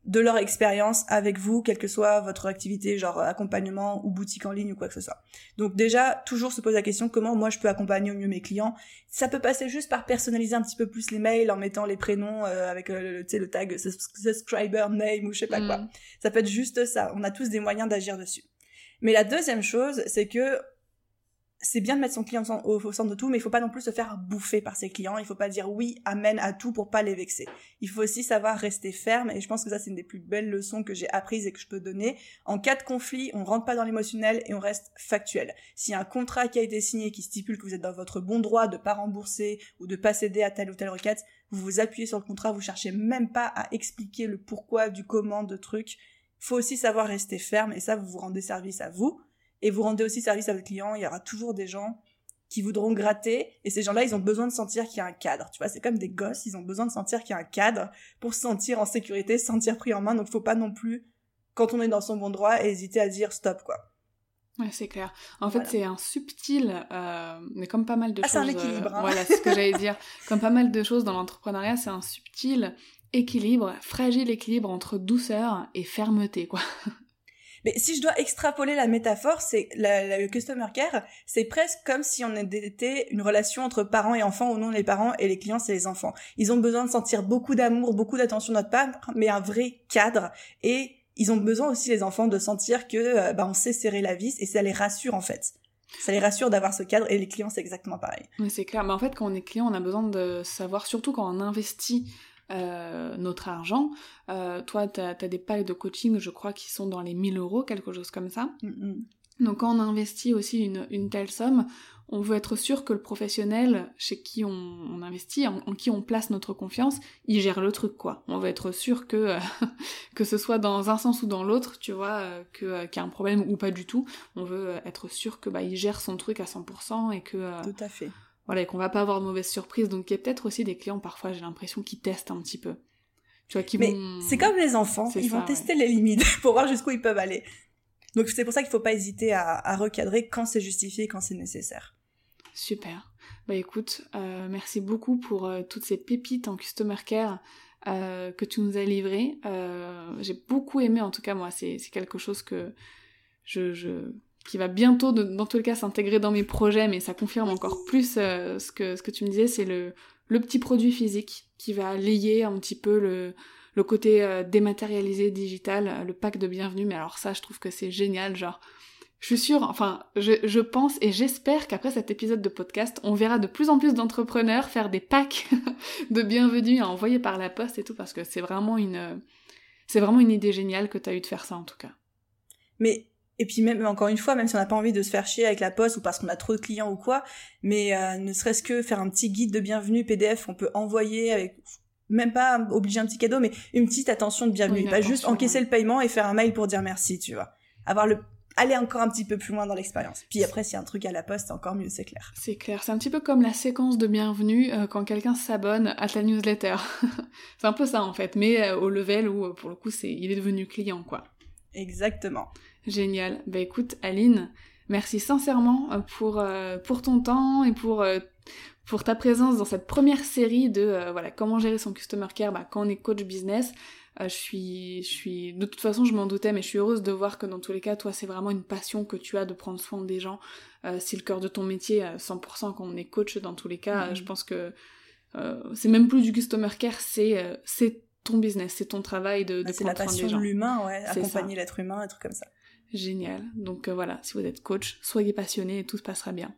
de leur expérience avec vous, quelle que soit votre activité, genre accompagnement ou boutique en ligne ou quoi que ce soit. Donc déjà, toujours se poser la question comment moi je peux accompagner au mieux mes clients. Ça peut passer juste par personnaliser un petit peu plus les mails en mettant les prénoms euh, avec euh, le, tu sais, le tag subscriber name ou je sais pas mmh. quoi. Ça peut être juste ça. On a tous des moyens d'agir dessus. Mais la deuxième chose, c'est que c'est bien de mettre son client au, au centre de tout, mais il faut pas non plus se faire bouffer par ses clients. Il faut pas dire oui, amen à tout pour pas les vexer. Il faut aussi savoir rester ferme, et je pense que ça, c'est une des plus belles leçons que j'ai apprises et que je peux donner. En cas de conflit, on rentre pas dans l'émotionnel et on reste factuel. S'il y a un contrat qui a été signé qui stipule que vous êtes dans votre bon droit de pas rembourser ou de pas céder à telle ou telle requête, vous vous appuyez sur le contrat, vous cherchez même pas à expliquer le pourquoi du comment de trucs. Il faut aussi savoir rester ferme, et ça, vous vous rendez service à vous. Et vous rendez aussi service à votre client, il y aura toujours des gens qui voudront gratter, et ces gens-là, ils ont besoin de sentir qu'il y a un cadre. Tu vois, c'est comme des gosses, ils ont besoin de sentir qu'il y a un cadre pour se sentir en sécurité, se sentir pris en main, donc faut pas non plus, quand on est dans son bon droit, hésiter à dire stop, quoi. Ouais, c'est clair. En voilà. fait, c'est un subtil, euh, mais comme pas mal de ah, choses... Ah, c'est un équilibre. Euh, hein. Voilà, c'est ce que j'allais dire. Comme pas mal de choses dans l'entrepreneuriat, c'est un subtil équilibre, fragile équilibre entre douceur et fermeté, quoi. Mais si je dois extrapoler la métaphore, c'est la, la, le customer care, c'est presque comme si on était une relation entre parents et enfants, où non les parents et les clients c'est les enfants. Ils ont besoin de sentir beaucoup d'amour, beaucoup d'attention de notre part, mais un vrai cadre. Et ils ont besoin aussi les enfants de sentir que euh, bah on sait serrer la vis, et ça les rassure en fait. Ça les rassure d'avoir ce cadre, et les clients c'est exactement pareil. Oui, c'est clair. Mais en fait, quand on est client, on a besoin de savoir, surtout quand on investit Euh, notre argent. Euh, toi, t'as, t'as des packs de coaching, je crois, qui sont dans les mille euros, quelque chose comme ça. Mm-hmm. Donc quand on investit aussi une, une telle somme, on veut être sûr que le professionnel chez qui on, on investit, en, en qui on place notre confiance, il gère le truc, quoi. On veut être sûr que euh, que ce soit dans un sens ou dans l'autre, tu vois, euh, que, euh, qu'il y a un problème ou pas du tout. On veut être sûr que bah il gère son truc à cent pour cent et que... Euh, Tout à fait. Voilà, et qu'on va pas avoir de mauvaises surprises. Donc il y a peut-être aussi des clients, parfois, j'ai l'impression, qui testent un petit peu. Tu vois, qui Mais vont... c'est comme les enfants, c'est ils ça, vont tester ouais. les limites pour voir jusqu'où ils peuvent aller. Donc c'est pour ça qu'il faut pas hésiter à, à recadrer quand c'est justifié, quand c'est nécessaire. Super. Bah écoute, euh, merci beaucoup pour euh, toutes ces pépites en customer care euh, que tu nous as livrées. Euh, j'ai beaucoup aimé, en tout cas, moi, c'est, c'est quelque chose que je... je... qui va bientôt, de, dans tous les cas, s'intégrer dans mes projets, mais ça confirme encore plus euh, ce, que, ce que tu me disais, c'est le, le petit produit physique qui va lier un petit peu le, le côté euh, dématérialisé, digital, le pack de bienvenue. Mais alors ça, je trouve que c'est génial, genre, je suis sûre, enfin, je, je pense et j'espère qu'après cet épisode de podcast, on verra de plus en plus d'entrepreneurs faire des packs de bienvenue à envoyer par la poste et tout, parce que c'est vraiment une, c'est vraiment une idée géniale que t'as eu de faire ça, en tout cas. Mais... Et puis même, encore une fois, même si on n'a pas envie de se faire chier avec la poste ou parce qu'on a trop de clients ou quoi, mais euh, ne serait-ce que faire un petit guide de bienvenue P D F qu'on peut envoyer avec, même pas obliger un petit cadeau, mais une petite attention de bienvenue. Oui, pas juste encaisser ouais. le paiement et faire un mail pour dire merci, tu vois. Avoir le, aller encore un petit peu plus loin dans l'expérience. Puis après, s'il y a un truc à la poste, c'est encore mieux, c'est clair. C'est clair. C'est un petit peu comme la séquence de bienvenue euh, quand quelqu'un s'abonne à ta newsletter. C'est un peu ça, en fait, mais euh, au level où, pour le coup, c'est, il est devenu client, quoi. Exactement. Génial. Bah écoute, Aline, merci sincèrement pour, euh, pour ton temps et pour, euh, pour ta présence dans cette première série de euh, voilà, comment gérer son customer care bah, quand on est coach business. Euh, je suis, je suis, de toute façon, je m'en doutais, mais je suis heureuse de voir que dans tous les cas, toi, c'est vraiment une passion que tu as de prendre soin des gens. Euh, c'est le cœur de ton métier, à cent pour cent quand on est coach, dans tous les cas. Mmh. Je pense que euh, c'est même plus du customer care, c'est, euh, c'est ton business, c'est ton travail de, de bah, prendre soin des gens. C'est la passion de l'humain, ouais, accompagner l'être humain, un truc comme ça. Génial. Donc euh, voilà, si vous êtes coach, soyez passionné et tout se passera bien.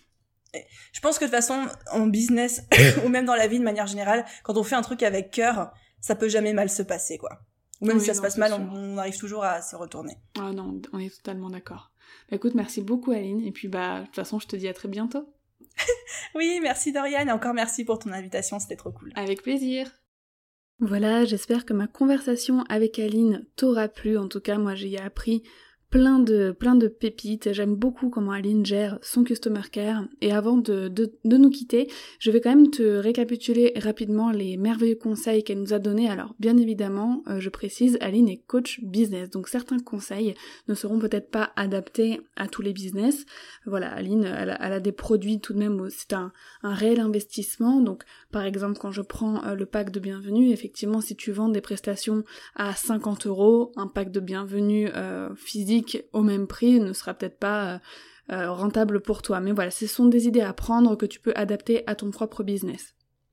Je pense que de toute façon, en business, ou même dans la vie de manière générale, quand on fait un truc avec cœur, ça peut jamais mal se passer, quoi. Ou même oui, si ça non, se passe mal, on, on arrive toujours à se retourner. Ah non, on est totalement d'accord. Bah, écoute, merci beaucoup Aline, et puis bah, de toute façon, je te dis à très bientôt. Oui, merci Dorian, et encore merci pour ton invitation, c'était trop cool. Avec plaisir. Voilà, j'espère que ma conversation avec Aline t'aura plu. En tout cas, moi, j'y ai appris plein de, plein de pépites. J'aime beaucoup comment Aline gère son customer care. Et avant de, de, de nous quitter, je vais quand même te récapituler rapidement les merveilleux conseils qu'elle nous a donnés. Alors, bien évidemment, euh, je précise, Aline est coach business. Donc, certains conseils ne seront peut-être pas adaptés à tous les business. Voilà, Aline, elle a, elle a des produits tout de même où c'est un, un réel investissement. Donc, par exemple, quand je prends euh, le pack de bienvenue, effectivement, si tu vends des prestations à cinquante euros, un pack de bienvenue euh, physique au même prix ne sera peut-être pas euh, euh, rentable pour toi. Mais voilà, ce sont des idées à prendre que tu peux adapter à ton propre business.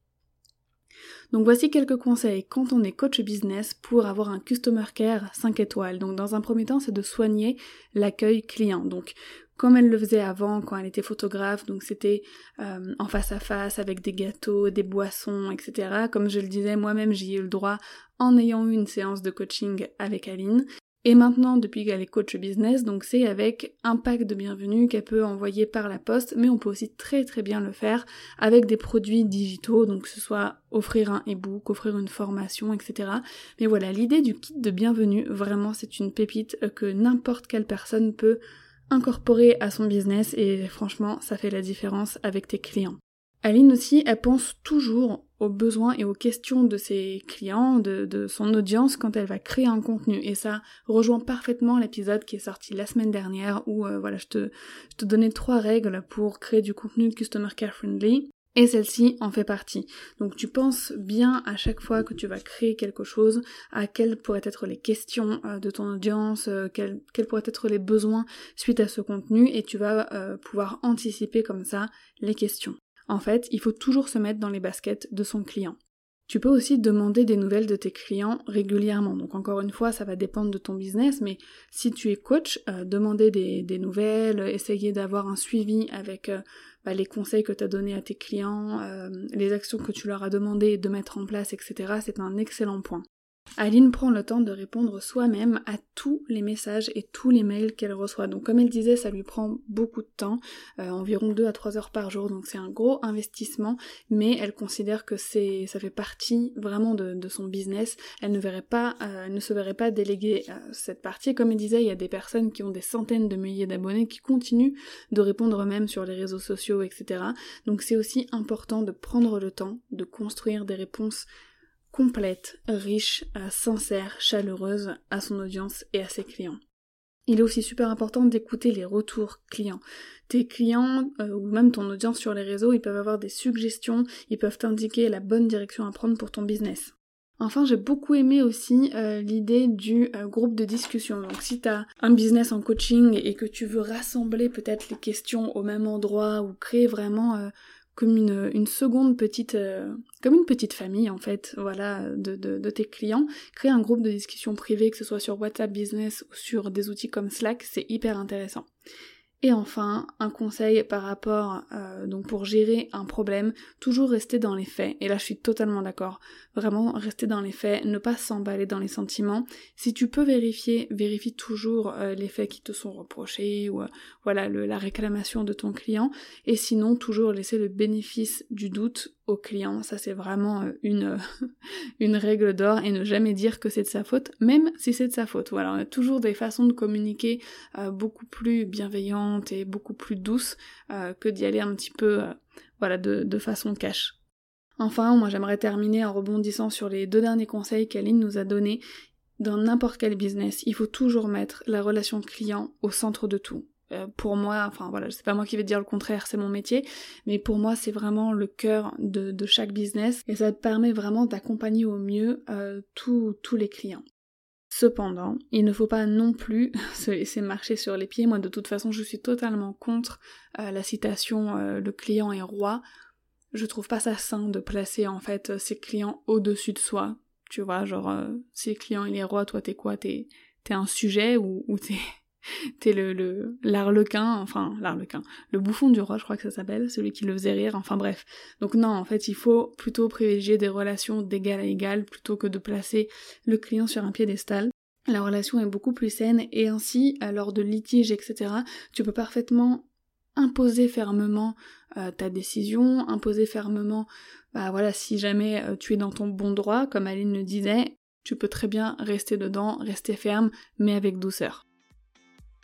Donc voici quelques conseils quand on est coach business pour avoir un customer care cinq étoiles. Donc dans un premier temps, c'est de soigner l'accueil client. Donc comme elle le faisait avant quand elle était photographe, donc c'était euh, en face à face avec des gâteaux, des boissons, et cetera. Comme je le disais, moi-même j'y ai eu le droit en ayant eu une séance de coaching avec Aline. Et maintenant, depuis qu'elle est coach business, donc c'est avec un pack de bienvenue qu'elle peut envoyer par la poste, mais on peut aussi très très bien le faire avec des produits digitaux, donc que ce soit offrir un e-book, offrir une formation, et cetera. Mais voilà, l'idée du kit de bienvenue, vraiment c'est une pépite que n'importe quelle personne peut incorporer à son business et franchement, ça fait la différence avec tes clients. Aline aussi, elle pense toujours aux besoins et aux questions de ses clients, de, de son audience quand elle va créer un contenu. Et ça rejoint parfaitement l'épisode qui est sorti la semaine dernière où euh, voilà, je te, je te donnais trois règles pour créer du contenu customer care friendly. Et celle-ci en fait partie. Donc tu penses bien à chaque fois que tu vas créer quelque chose, à quelles pourraient être les questions euh, de ton audience, euh, quels, quels pourraient être les besoins suite à ce contenu, et tu vas euh, pouvoir anticiper comme ça les questions. En fait, il faut toujours se mettre dans les baskets de son client. Tu peux aussi demander des nouvelles de tes clients régulièrement. Donc encore une fois, ça va dépendre de ton business, mais si tu es coach, euh, demander des, des nouvelles, essayer d'avoir un suivi avec euh, bah, les conseils que tu as donnés à tes clients, euh, les actions que tu leur as demandé de mettre en place, et cetera. C'est un excellent point. Aline prend le temps de répondre soi-même à tous les messages et tous les mails qu'elle reçoit. Donc comme elle disait, ça lui prend beaucoup de temps, euh, environ deux à trois heures par jour, donc c'est un gros investissement, mais elle considère que c'est ça fait partie vraiment de, de son business. Elle ne verrait pas, euh, elle ne se verrait pas déléguer euh, cette partie. Comme elle disait, il y a des personnes qui ont des centaines de milliers d'abonnés qui continuent de répondre même sur les réseaux sociaux, et cetera. Donc c'est aussi important de prendre le temps de construire des réponses complète, riche, sincère, chaleureuse à son audience et à ses clients. Il est aussi super important d'écouter les retours clients. Tes clients euh, ou même ton audience sur les réseaux, ils peuvent avoir des suggestions, ils peuvent t'indiquer la bonne direction à prendre pour ton business. Enfin, j'ai beaucoup aimé aussi euh, l'idée du euh, groupe de discussion. Donc si tu as un business en coaching et que tu veux rassembler peut-être les questions au même endroit ou créer vraiment euh, comme une, une seconde petite, euh, comme une petite famille en fait, voilà, de, de, de tes clients, créer un groupe de discussion privé, que ce soit sur WhatsApp Business ou sur des outils comme Slack, c'est hyper intéressant. Et enfin, un conseil par rapport, euh, donc pour gérer un problème, toujours rester dans les faits. Et là, je suis totalement d'accord. Vraiment, rester dans les faits, ne pas s'emballer dans les sentiments. Si tu peux vérifier, vérifie toujours euh, les faits qui te sont reprochés ou euh, voilà le, la réclamation de ton client. Et sinon, toujours laisser le bénéfice du doute au client. Ça, c'est vraiment euh, une une règle d'or, et ne jamais dire que c'est de sa faute, même si c'est de sa faute. Voilà, on a toujours des façons de communiquer euh, beaucoup plus bienveillantes et beaucoup plus douces euh, que d'y aller un petit peu euh, voilà, de, de façon cash. Enfin, moi j'aimerais terminer en rebondissant sur les deux derniers conseils qu'Aline nous a donnés. Dans n'importe quel business, il faut toujours mettre la relation client au centre de tout. Euh, pour moi, enfin voilà, c'est pas moi qui vais te dire le contraire, c'est mon métier, mais pour moi c'est vraiment le cœur de, de chaque business, et ça te permet vraiment d'accompagner au mieux euh, tous tous les clients. Cependant, il ne faut pas non plus se laisser marcher sur les pieds. Moi de toute façon je suis totalement contre euh, la citation euh, le client est roi. Je trouve pas ça sain de placer en fait ses clients au-dessus de soi. Tu vois, genre euh, si le client il est roi, toi t'es quoi? T'es, t'es un sujet ou, ou t'es... T'es le, le l'arlequin, enfin l'arlequin, le bouffon du roi, je crois que ça s'appelle, celui qui le faisait rire, enfin bref. Donc non, en fait, il faut plutôt privilégier des relations d'égal à égal plutôt que de placer le client sur un piédestal. La relation est beaucoup plus saine, et ainsi, lors de litiges, et cetera, tu peux parfaitement imposer fermement euh, ta décision, imposer fermement, bah voilà, si jamais euh, tu es dans ton bon droit, comme Aline le disait, tu peux très bien rester dedans, rester ferme, mais avec douceur.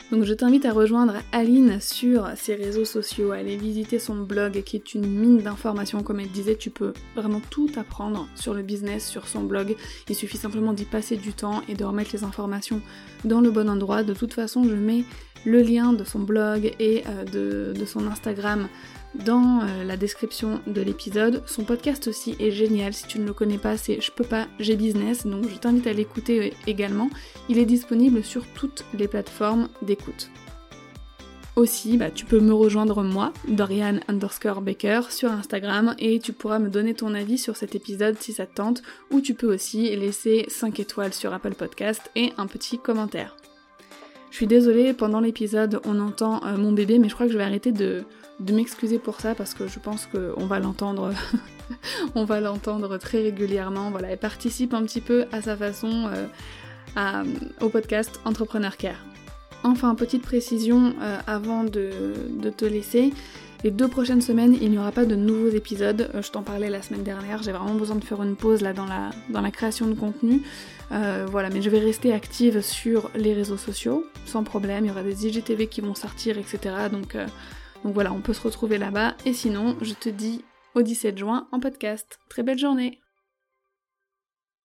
Donc je t'invite à rejoindre Aline sur ses réseaux sociaux, à aller visiter son blog qui est une mine d'informations. Comme elle disait, tu peux vraiment tout apprendre sur le business, sur son blog. Il suffit simplement d'y passer du temps et de remettre les informations dans le bon endroit. De toute façon, je mets le lien de son blog et euh, de, de son Instagram dans euh, la description de l'épisode. Son podcast aussi est génial, si tu ne le connais pas, c'est Je peux pas, j'ai business, donc je t'invite à l'écouter également. Il est disponible sur toutes les plateformes d'écoute. Aussi, bah, tu peux me rejoindre moi, Dorian underscore Baker, sur Instagram, et tu pourras me donner ton avis sur cet épisode si ça te tente, ou tu peux aussi laisser cinq étoiles sur Apple Podcast et un petit commentaire. Je suis désolée, pendant l'épisode, on entend euh, mon bébé, mais je crois que je vais arrêter de, de m'excuser pour ça, parce que je pense qu'on va l'entendre on va l'entendre très régulièrement. Voilà, elle participe un petit peu à sa façon euh, à, au podcast Entrepreneur Care. Enfin, petite précision euh, avant de, de te laisser. Les deux prochaines semaines, il n'y aura pas de nouveaux épisodes. Euh, je t'en parlais la semaine dernière, j'ai vraiment besoin de faire une pause là dans la, dans la création de contenu. Euh, voilà, mais je vais rester active sur les réseaux sociaux, sans problème. Il y aura des I G T V qui vont sortir, et cetera. Donc, euh, donc voilà, on peut se retrouver là-bas. Et sinon, je te dis au dix-sept juin en podcast. Très belle journée!